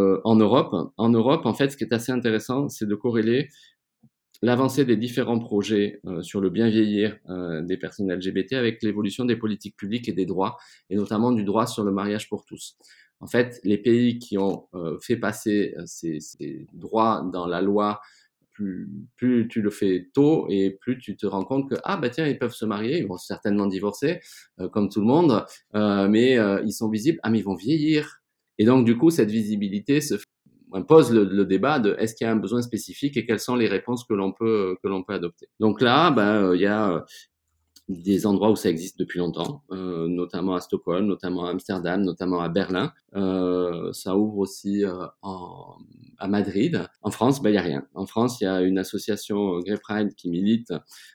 en Europe, en fait, ce qui est assez intéressant, c'est de corréler l'avancée des différents projets sur le bien vieillir des personnes LGBT avec l'évolution des politiques publiques et des droits, et notamment du droit sur le mariage pour tous. En fait, les pays qui ont fait passer ces droits dans la loi, plus tu le fais tôt et plus tu te rends compte que ah bah tiens, ils peuvent se marier, ils vont certainement divorcer comme tout le monde, mais ils sont visibles, ah mais ils vont vieillir. Et donc du coup, cette visibilité pose le débat de est-ce qu'il y a un besoin spécifique et quelles sont les réponses que l'on peut adopter. Donc là, il y a des endroits où ça existe depuis longtemps, notamment à Stockholm, notamment à Amsterdam, notamment à Berlin. Ça ouvre aussi à Madrid. En France, il y a rien. En France, il y a une association Grey Pride qui milite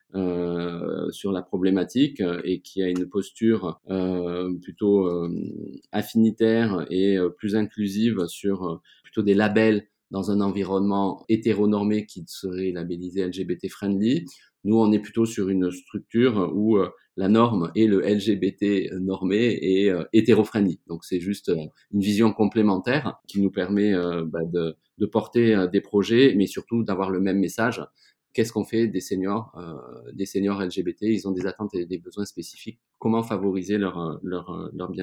sur la problématique et qui a une posture plutôt affinitaire et plus inclusive sur plutôt des labels dans un environnement hétéronormé qui serait labellisé LGBT friendly. Nous, on est plutôt sur une structure où la norme est le LGBT normé et hétéro-friendly. Donc, c'est juste une vision complémentaire qui nous permet de porter des projets, mais surtout d'avoir le même message. Qu'est-ce qu'on fait des seniors LGBT? Ils ont des attentes et des besoins spécifiques. Comment favoriser leur bien vieillir?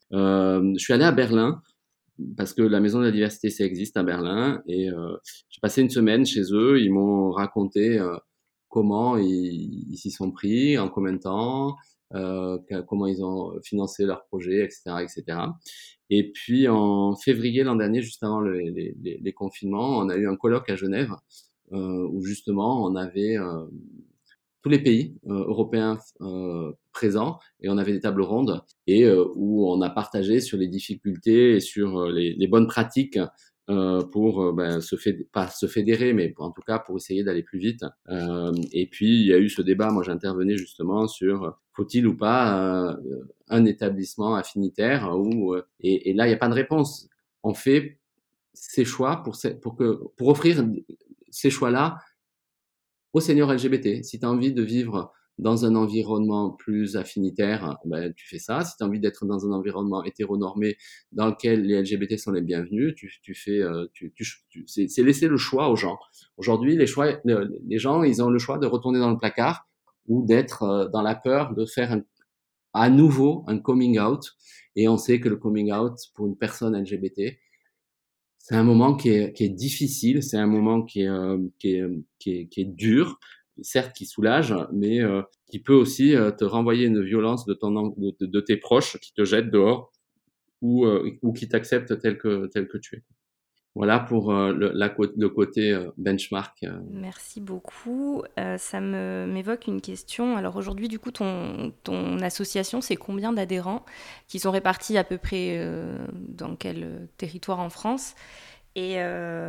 Je suis allé à Berlin parce que la Maison de la Diversité, ça existe à Berlin. Et j'ai passé une semaine chez eux. Ils m'ont raconté comment ils s'y sont pris, en combien de temps, comment ils ont financé leur projet, etc., etc. Et puis en février l'an dernier, juste avant les confinements, on a eu un colloque à Genève où justement on avait tous les pays européens présents et on avait des tables rondes et où on a partagé sur les difficultés et sur les bonnes pratiques pour pas se fédérer, mais en tout cas pour essayer d'aller plus vite. Et puis il y a eu ce débat, moi j'intervenais justement sur faut-il ou pas un établissement affinitaire et là il n'y a pas de réponse. On fait ces choix pour offrir ces choix-là aux seniors LGBT. Si tu as envie de vivre dans un environnement plus affinitaire, ben, tu fais ça. Si tu as envie d'être dans un environnement hétéronormé dans lequel les LGBT sont les bienvenus, c'est laisser le choix aux gens. Aujourd'hui, les gens, ils ont le choix de retourner dans le placard ou d'être dans la peur de faire à nouveau un coming out. Et on sait que le coming out pour une personne LGBT, c'est un moment qui est difficile, c'est un moment qui est dur, certes qui soulage, mais qui peut aussi te renvoyer une violence de tes proches qui te jettent dehors ou qui t'acceptent tel que tu es. Voilà pour le côté benchmark. Merci beaucoup. Ça m'évoque une question. Alors aujourd'hui, du coup, ton association, c'est combien d'adhérents qui sont répartis à peu près dans quel territoire en France? Et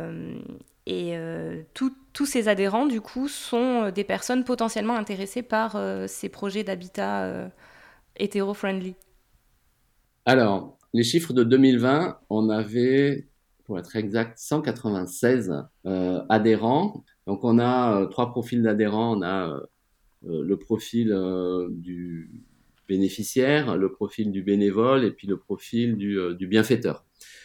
tous ces adhérents, du coup, sont des personnes potentiellement intéressées par ces projets d'habitat hétéro-friendly. Alors, les chiffres de 2020, on avait, pour être exact, 196 adhérents. Donc, on a trois profils d'adhérents. On a le profil du bénéficiaire, le profil du bénévole et puis le profil du bienfaiteur.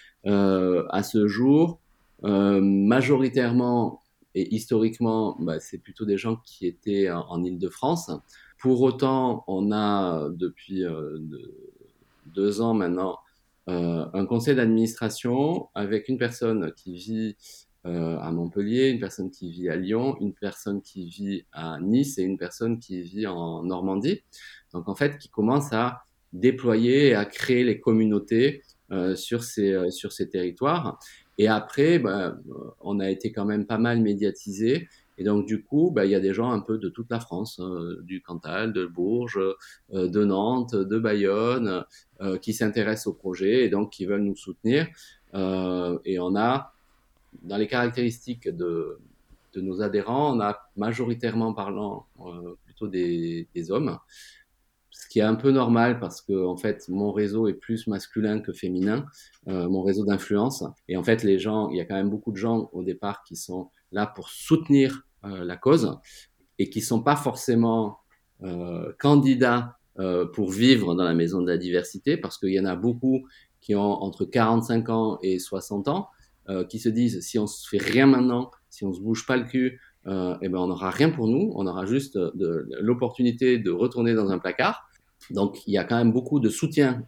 À ce jour, majoritairement et historiquement, c'est plutôt des gens qui étaient en Île-de-France. Pour autant, on a depuis 2 ans maintenant un conseil d'administration avec une personne qui vit à Montpellier, une personne qui vit à Lyon, une personne qui vit à Nice et une personne qui vit en Normandie. Donc en fait, qui commence à déployer et à créer les communautés sur ces territoires. Et après, on a été quand même pas mal médiatisé. Et donc, du coup, il y a des gens un peu de toute la France, du Cantal, de Bourges, de Nantes, de Bayonne, qui s'intéressent au projet et donc qui veulent nous soutenir. Et on a, dans les caractéristiques de nos adhérents, on a majoritairement parlant plutôt des hommes, ce qui est un peu normal parce que en fait mon réseau est plus masculin que féminin, mon réseau d'influence. Et en fait les gens, il y a quand même beaucoup de gens au départ qui sont là pour soutenir la cause et qui sont pas forcément candidats pour vivre dans la maison de la diversité, parce qu'il y en a beaucoup qui ont entre 45 ans et 60 ans, qui se disent si on se fait rien maintenant, si on se bouge pas le cul, eh ben on n'aura rien pour nous, on aura juste l'opportunité de retourner dans un placard. Donc il y a quand même beaucoup de soutien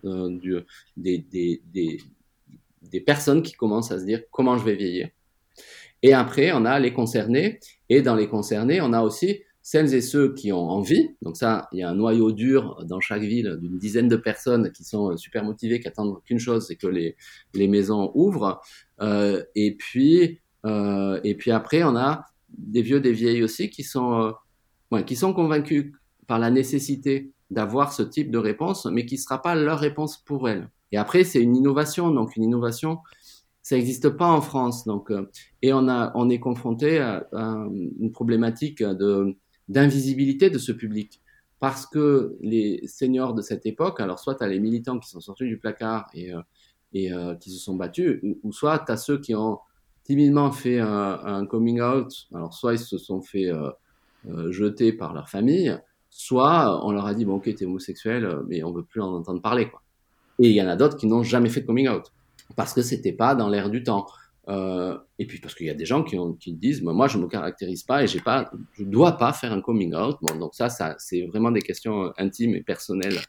des personnes qui commencent à se dire comment je vais vieillir. Et après, on a les concernés, et dans les concernés, on a aussi celles et ceux qui ont envie. Donc ça, il y a un noyau dur dans chaque ville d'une dizaine de personnes qui sont super motivées, qui attendent qu'une chose, c'est que les maisons ouvrent. Et puis après, on a des vieux, des vieilles aussi qui sont convaincus par la nécessité d'avoir ce type de réponse, mais qui ne sera pas leur réponse pour elles. Et après, c'est une innovation. Donc une innovation, ça n'existe pas en France. Donc, et on est confronté à une problématique d'invisibilité de ce public. Parce que les seniors de cette époque, alors soit tu as les militants qui sont sortis du placard et qui se sont battus, ou soit tu as ceux qui ont timidement fait un coming out, alors soit ils se sont fait jeter par leur famille, soit on leur a dit bon ok t'es homosexuel mais on veut plus en entendre parler quoi. Et il y en a d'autres qui n'ont jamais fait de coming out parce que c'était pas dans l'air du temps. Et puis parce qu'il y a des gens qui disent moi je me caractérise pas et je dois pas faire un coming out. Bon, donc ça c'est vraiment des questions intimes et personnelles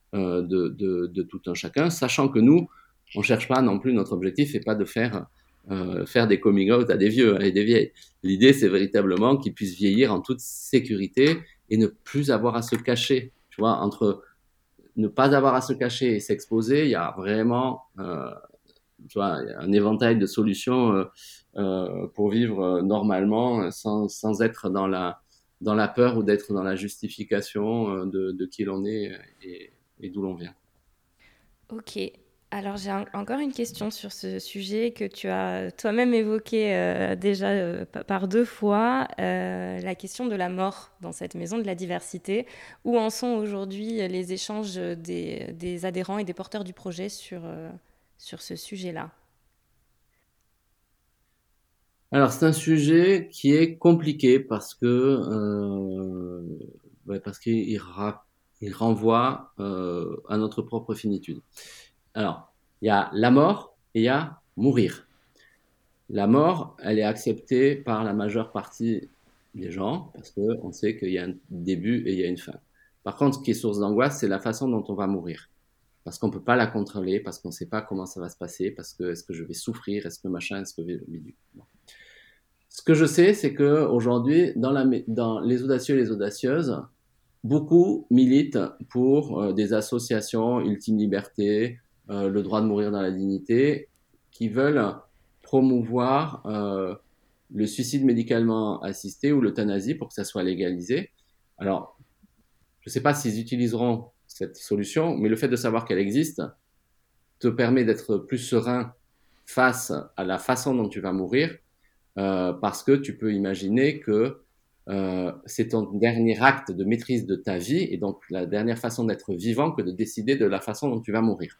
de tout un chacun, sachant que nous, on cherche pas non plus, notre objectif n'est pas de faire des coming out à des vieux et des vieilles. L'idée, c'est véritablement qu'ils puissent vieillir en toute sécurité et ne plus avoir à se cacher. Tu vois, entre ne pas avoir à se cacher et s'exposer, il y a vraiment tu vois, un éventail de solutions pour vivre normalement sans être dans la peur ou d'être dans la justification de qui l'on est et d'où l'on vient. Ok. Alors j'ai encore une question sur ce sujet que tu as toi-même évoqué déjà par 2 fois, la question de la mort dans cette maison de la diversité. Où en sont aujourd'hui les échanges des adhérents et des porteurs du projet sur ce sujet-là? Alors, c'est un sujet qui est compliqué parce qu'il renvoie à notre propre finitude. Alors, il y a la mort et il y a mourir. La mort, elle est acceptée par la majeure partie des gens parce qu'on sait qu'il y a un début et il y a une fin. Par contre, ce qui est source d'angoisse, c'est la façon dont on va mourir. Parce qu'on ne peut pas la contrôler, parce qu'on ne sait pas comment ça va se passer, parce que est-ce que je vais souffrir, est-ce que machin, est-ce que bidule. Bon. Ce que je sais, c'est que aujourd'hui, dans les audacieux et les audacieuses, beaucoup militent pour des associations Ultime Liberté, le droit de mourir dans la dignité, qui veulent promouvoir le suicide médicalement assisté ou l'euthanasie pour que ça soit légalisé. Alors, je ne sais pas s'ils utiliseront cette solution, mais le fait de savoir qu'elle existe te permet d'être plus serein face à la façon dont tu vas mourir, parce que tu peux imaginer que c'est ton dernier acte de maîtrise de ta vie et donc la dernière façon d'être vivant que de décider de la façon dont tu vas mourir.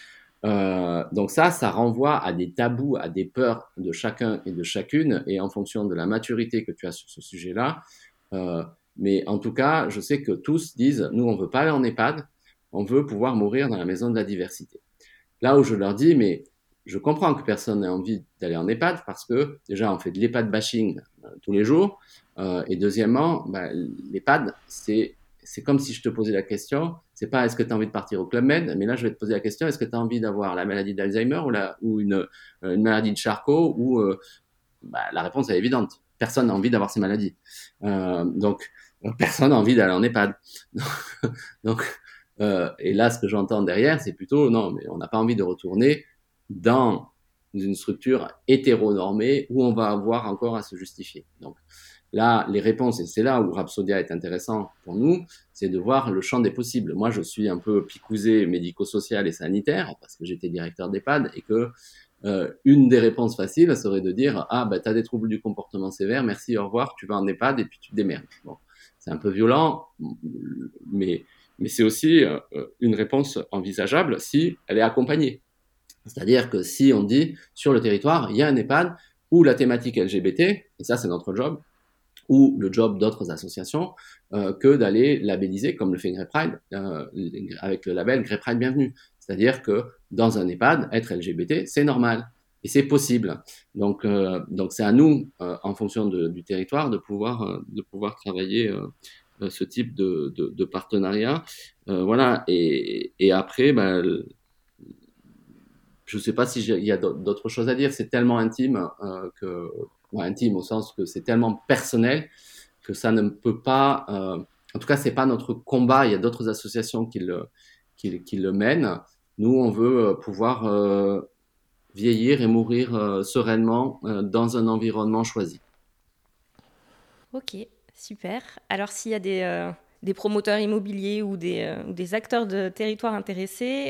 Donc ça renvoie à des tabous, à des peurs de chacun et de chacune, et en fonction de la maturité que tu as sur ce sujet-là. Mais en tout cas, je sais que tous disent, nous, on veut pas aller en EHPAD, on veut pouvoir mourir dans la maison de la diversité. Là où je leur dis, mais je comprends que personne n'ait envie d'aller en EHPAD parce que déjà, on fait de l'EHPAD bashing tous les jours. Et deuxièmement, l'EHPAD, c'est comme si je te posais la question, c'est pas est-ce que tu as envie de partir au Club Med, mais là je vais te poser la question, est-ce que tu as envie d'avoir la maladie d'Alzheimer ou une maladie de Charcot ou la réponse est évidente. Personne n'a envie d'avoir ces maladies. Donc personne n'a envie d'aller en EHPAD. Donc et là ce que j'entends derrière, c'est plutôt non, mais on n'a pas envie de retourner dans une structure hétéronormée où on va avoir encore à se justifier. Donc là, les réponses, et c'est là où Rhapsodia est intéressant pour nous, c'est de voir le champ des possibles. Moi, je suis un peu picousé médico-social et sanitaire parce que j'étais directeur d'EHPAD et que une des réponses faciles serait de dire ah t'as des troubles du comportement sévère, merci, au revoir, tu vas en EHPAD et puis tu te démerdes. Bon, c'est un peu violent, mais c'est aussi une réponse envisageable si elle est accompagnée. C'est-à-dire que si on dit sur le territoire il y a un EHPAD où la thématique LGBT, et ça c'est notre job, ou le job d'autres associations, que d'aller labelliser, comme le fait Grey Pride, avec le label Grey Pride Bienvenue. C'est-à-dire que dans un EHPAD, être LGBT, c'est normal. Et c'est possible. Donc c'est à nous, en fonction du territoire, de pouvoir travailler ce type de partenariat. Voilà. Et après, je ne sais pas s'il y a d'autres choses à dire. C'est tellement intime intime au sens que c'est tellement personnel que ça ne peut pas. En tout cas, c'est pas notre combat. Il y a d'autres associations qui le mènent. Nous, on veut pouvoir vieillir et mourir sereinement dans un environnement choisi. Ok, super. Alors s'il y a des promoteurs immobiliers ou des acteurs de territoire intéressés,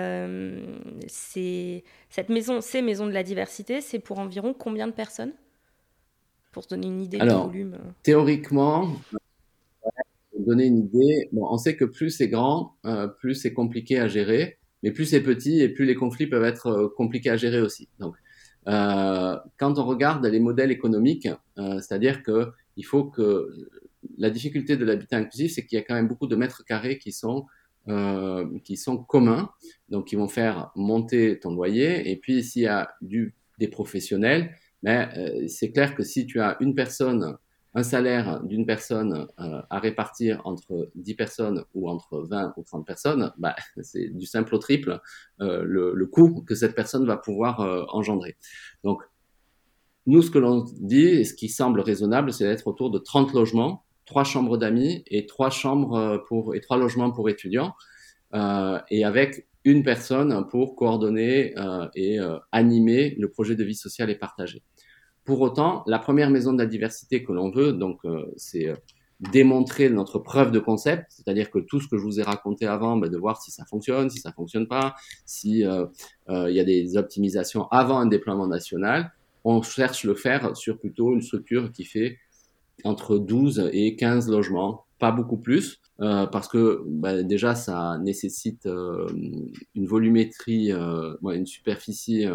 ces maisons de la diversité, c'est pour environ combien de personnes? Pour se donner une idée du Alors, volume. théoriquement, pour donner une idée, bon, on sait que plus c'est grand, plus c'est compliqué à gérer, mais plus c'est petit et plus les conflits peuvent être compliqués à gérer aussi. Donc, quand on regarde les modèles économiques, c'est-à-dire que il faut que la difficulté de l'habitat inclusif, c'est qu'il y a quand même beaucoup de mètres carrés qui sont communs, donc qui vont faire monter ton loyer. Et puis s'il y a des professionnels, c'est clair que si tu as une personne un salaire d'une personne à répartir entre 10 personnes ou entre 20 ou 30 personnes, c'est du simple au triple le coût que cette personne va pouvoir engendrer. Donc, nous, ce que l'on dit, et ce qui semble raisonnable, c'est d'être autour de 30 logements, 3 chambres d'amis et 3 logements pour étudiants, et avec une personne pour coordonner et animer le projet de vie sociale et partagée. Pour autant, la première maison de la diversité que l'on veut, donc, c'est démontrer notre preuve de concept, c'est-à-dire que tout ce que je vous ai raconté avant, de voir si ça fonctionne pas, si il y a des optimisations avant un déploiement national. On cherche le faire sur plutôt une structure qui fait entre 12 et 15 logements, pas beaucoup plus, parce que déjà ça nécessite une volumétrie, une superficie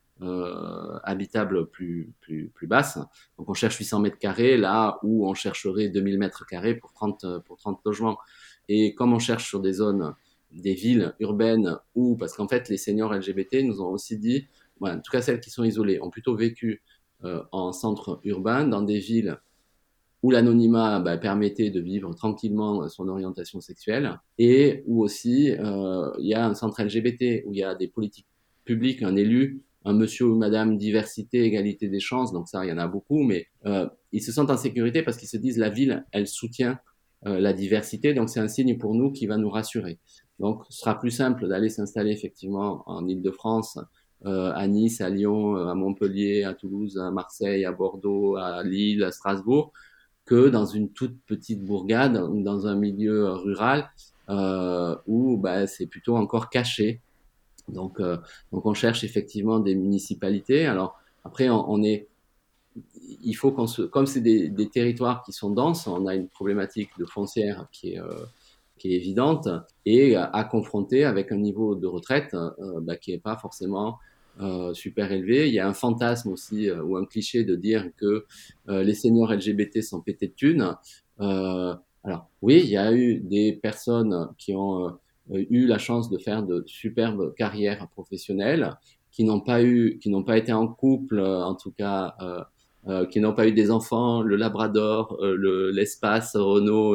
habitable plus basse. Donc on cherche 800 mètres carrés là où on chercherait 2000 mètres carrés pour 30 logements. Et comme on cherche sur des zones, des villes urbaines où, parce qu'en fait les seniors LGBT nous ont aussi dit, en tout cas celles qui sont isolées, ont plutôt vécu en centre urbain, dans des villes où l'anonymat permettait de vivre tranquillement son orientation sexuelle, et où aussi il y a un centre LGBT, où il y a des politiques publiques, un élu, un monsieur ou madame diversité, égalité des chances, donc ça il y en a beaucoup, mais ils se sentent en sécurité parce qu'ils se disent la ville, elle soutient la diversité, donc c'est un signe pour nous qui va nous rassurer. Donc ce sera plus simple d'aller s'installer effectivement en Île-de-France, à Nice, à Lyon, à Montpellier, à Toulouse, à Marseille, à Bordeaux, à Lille, à Strasbourg, que dans une toute petite bourgade ou dans un milieu rural où c'est plutôt encore caché. Donc on cherche effectivement des municipalités. Alors après, il faut comme c'est des territoires qui sont denses, on a une problématique de foncière qui est évidente, et à confronter avec un niveau de retraite qui n'est pas forcément super élevé. Il y a un fantasme aussi ou un cliché de dire que les seniors LGBT sont pétés de thunes. Alors oui, il y a eu des personnes qui ont eu la chance de faire de superbes carrières professionnelles, qui n'ont pas été en couple, en tout cas qui n'ont pas eu des enfants, le Labrador, l'espace, Renault,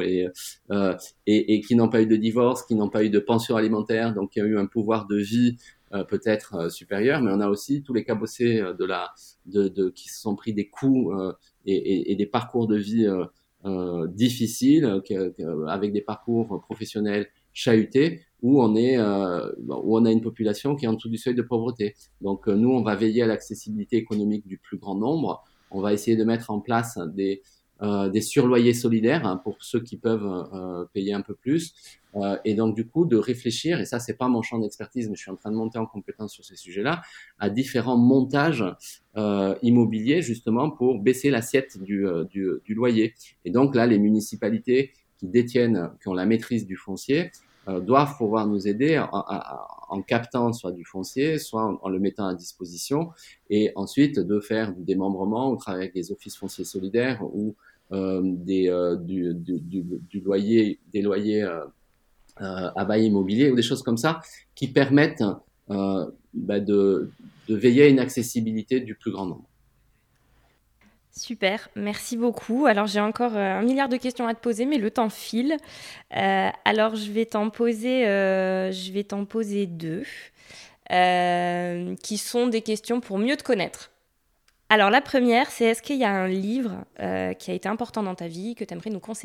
et qui n'ont pas eu de divorce, qui n'ont pas eu de pension alimentaire, donc qui ont eu un pouvoir de vie peut-être supérieur. Mais on a aussi tous les cabossés qui se sont pris des coups et des parcours de vie difficiles, avec des parcours professionnels chahutés, où on a une population qui est en dessous du seuil de pauvreté. Donc nous, on va veiller à l'accessibilité économique du plus grand nombre. On va essayer de mettre en place des surloyers solidaires pour ceux qui peuvent payer un peu plus. Et donc, du coup, de réfléchir, et ça, c'est pas mon champ d'expertise, mais je suis en train de monter en compétence sur ces sujets-là, à différents montages immobiliers, justement, pour baisser l'assiette du loyer. Et donc, là, les municipalités qui ont la maîtrise du foncier, doivent pouvoir nous aider en captant soit du foncier, soit en le mettant à disposition, et ensuite de faire du démembrement ou travailler avec des offices fonciers solidaires ou du loyer, des loyers à bail immobilier ou des choses comme ça qui permettent de veiller à une accessibilité du plus grand nombre. Super, merci beaucoup. Alors j'ai encore 1 milliard de questions à te poser, mais le temps file. Alors je vais t'en poser 2, qui sont des questions pour mieux te connaître. Alors la première, c'est est-ce qu'il y a un livre qui a été important dans ta vie que tu aimerais nous conseiller ?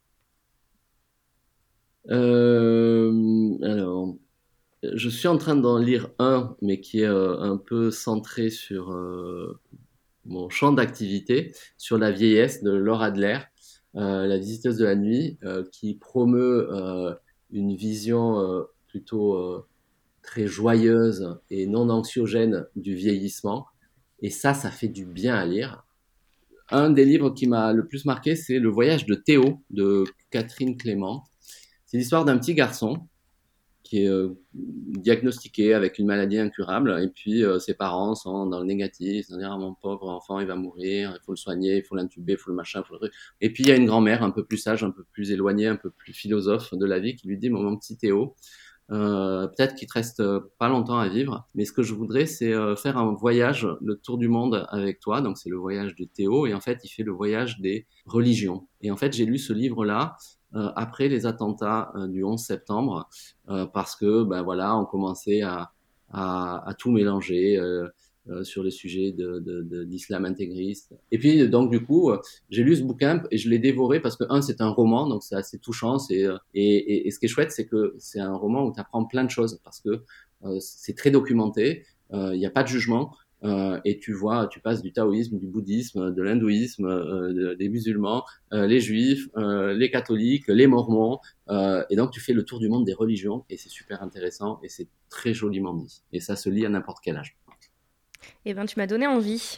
Alors, je suis en train d'en lire un, mais qui est un peu centré sur mon champ d'activité, sur la vieillesse, de Laura Adler, la visiteuse de la nuit, qui promeut une vision plutôt très joyeuse et non anxiogène du vieillissement. Et ça fait du bien à lire. Un des livres qui m'a le plus marqué, c'est Le voyage de Théo, de Catherine Clément. C'est l'histoire d'un petit garçon qui est diagnostiqué avec une maladie incurable, et puis ses parents sont dans le négatif, c'est-à-dire mon pauvre enfant, il va mourir, il faut le soigner, il faut l'intuber, il faut le machin, il faut le truc. Et puis il y a une grand-mère un peu plus sage, un peu plus éloignée, un peu plus philosophe de la vie, qui lui dit mon petit Théo, peut-être qu'il te reste pas longtemps à vivre, mais ce que je voudrais, c'est faire un voyage, le tour du monde avec toi. Donc c'est le voyage de Théo, et en fait, il fait le voyage des religions. Et en fait, j'ai lu ce livre-là après les attentats du 11 septembre, parce que ben voilà, on commençait à tout mélanger. Sur les sujets d'islam intégriste. Et puis, donc, du coup, j'ai lu ce bouquin et je l'ai dévoré parce que, c'est un roman, donc c'est assez touchant. Et ce qui est chouette, c'est que c'est un roman où tu apprends plein de choses parce que c'est très documenté, il n'y a pas de jugement. Et tu passes du taoïsme, du bouddhisme, de l'hindouisme, des musulmans, les juifs, les catholiques, les mormons, et donc tu fais le tour du monde des religions et c'est super intéressant et c'est très joliment dit. Et ça se lit à n'importe quel âge. Eh ben, tu m'as donné envie.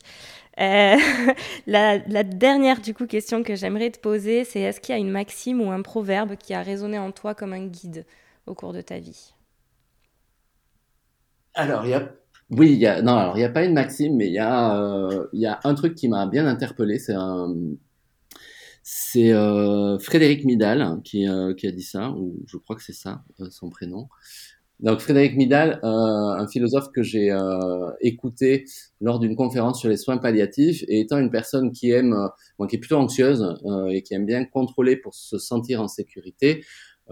La dernière du coup question que j'aimerais te poser, c'est est-ce qu'il y a une maxime ou un proverbe qui a résonné en toi comme un guide au cours de ta vie? Alors, il y a pas une maxime, mais il y a un truc qui m'a bien interpellé, c'est Frédéric Midal qui a dit ça, ou je crois que c'est ça, son prénom. Donc Frédéric Midal, un philosophe que j'ai écouté lors d'une conférence sur les soins palliatifs, et étant une personne qui qui est plutôt anxieuse et qui aime bien contrôler pour se sentir en sécurité,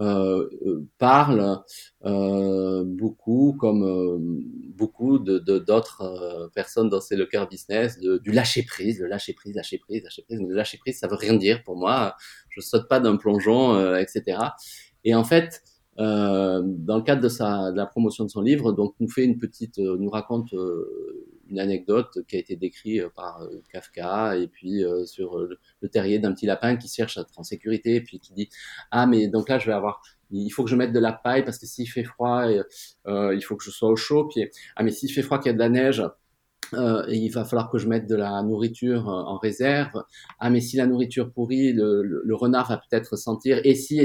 parle beaucoup, comme beaucoup d'autres personnes dans C'est le cœur business, du lâcher prise, le lâcher prise, lâcher prise, lâcher prise. Mais le lâcher prise, ça veut rien dire pour moi. Je saute pas d'un plongeon, etc. Et en fait, dans le cadre de la promotion de son livre, donc nous raconte une anecdote qui a été décrite par Kafka, et puis sur le terrier d'un petit lapin qui cherche à être en sécurité, et puis qui dit mais donc là il faut que je mette de la paille parce que s'il fait froid, il faut que je sois au chaud. Puis mais s'il fait froid, qu'il y a de la neige, et il va falloir que je mette de la nourriture en réserve. Mais si la nourriture pourrit, le renard va peut-être sentir et si.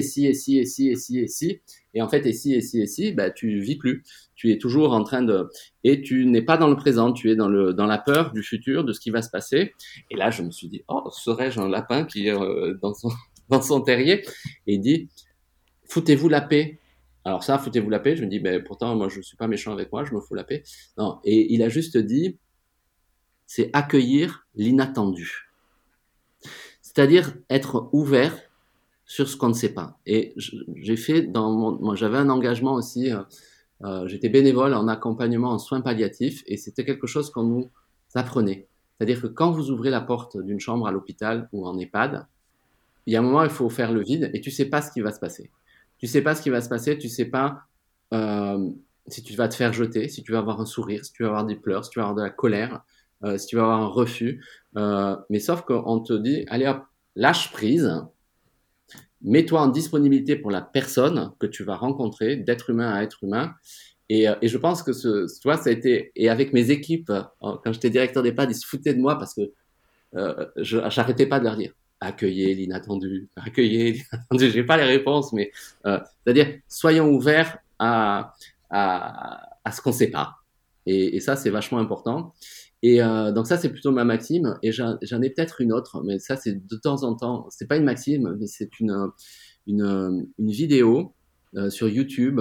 Et en fait, et si, bah, tu vis plus. Tu es toujours en train et tu n'es pas dans le présent, tu es dans la peur du futur, de ce qui va se passer. Et là, je me suis dit, serais-je un lapin qui est dans son terrier? Et il dit, foutez-vous la paix. Alors ça, foutez-vous la paix, je me dis, pourtant, moi, je suis pas méchant avec moi, je me fous la paix. Non. Et il a juste dit, c'est accueillir l'inattendu. C'est-à-dire être ouvert sur ce qu'on ne sait pas. Et j'ai fait moi, j'avais un engagement aussi, j'étais bénévole en accompagnement en soins palliatifs, et c'était quelque chose qu'on nous apprenait. C'est-à-dire que quand vous ouvrez la porte d'une chambre à l'hôpital ou en EHPAD, il y a un moment, il faut faire le vide, et tu sais pas ce qui va se passer. Tu sais pas ce qui va se passer, tu sais pas si tu vas te faire jeter, si tu vas avoir un sourire, si tu vas avoir des pleurs, si tu vas avoir de la colère, si tu vas avoir un refus. Mais sauf qu'on te dit, allez hop, lâche prise, mets-toi en disponibilité pour la personne que tu vas rencontrer, d'être humain à être humain. Et je pense que tu vois, ça a été, et avec mes équipes, quand j'étais directeur d'EHPAD, ils se foutaient de moi parce que j'arrêtais pas de leur dire, accueillez l'inattendu, j'ai pas les réponses, mais c'est-à-dire, soyons ouverts à ce qu'on sait pas. Et ça, c'est vachement important. Et donc ça, c'est plutôt ma maxime. Et j'en ai peut-être une autre, mais ça, c'est de temps en temps. C'est pas une maxime, mais c'est une vidéo sur YouTube.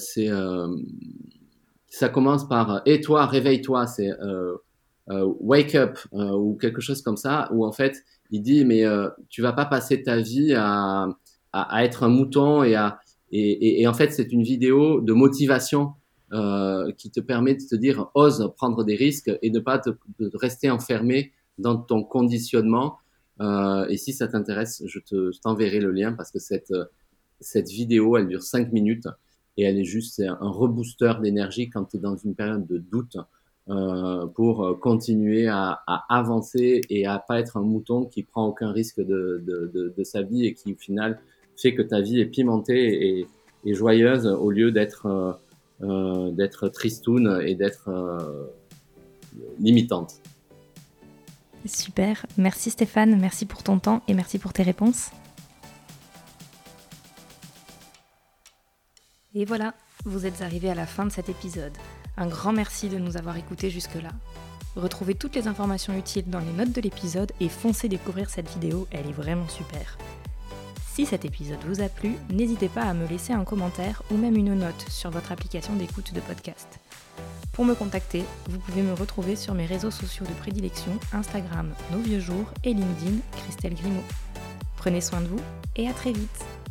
Ça commence par et toi, réveille-toi. C'est wake up ou quelque chose comme ça. Où en fait, il dit mais tu vas pas passer ta vie à être un mouton et en fait, c'est une vidéo de motivation. Qui te permet de te dire ose prendre des risques et ne pas de rester enfermé dans ton conditionnement. Et si ça t'intéresse, je t'enverrai le lien parce que cette vidéo, elle dure 5 minutes et elle est juste un rebooster d'énergie quand tu es dans une période de doute pour continuer à avancer et à pas être un mouton qui prend aucun risque de sa vie et qui au final fait que ta vie est pimentée et joyeuse au lieu d'être tristoun et d'être limitante. Super, merci Stéphane, merci pour ton temps et merci pour tes réponses. Et voilà, vous êtes arrivés à la fin de cet épisode. Un grand merci de nous avoir écoutés jusque-là. Retrouvez toutes les informations utiles dans les notes de l'épisode et foncez découvrir cette vidéo, elle est vraiment super. Si cet épisode vous a plu, n'hésitez pas à me laisser un commentaire ou même une note sur votre application d'écoute de podcast. Pour me contacter, vous pouvez me retrouver sur mes réseaux sociaux de prédilection, Instagram Nos Vieux Jours et LinkedIn Christelle Grimaud. Prenez soin de vous et à très vite.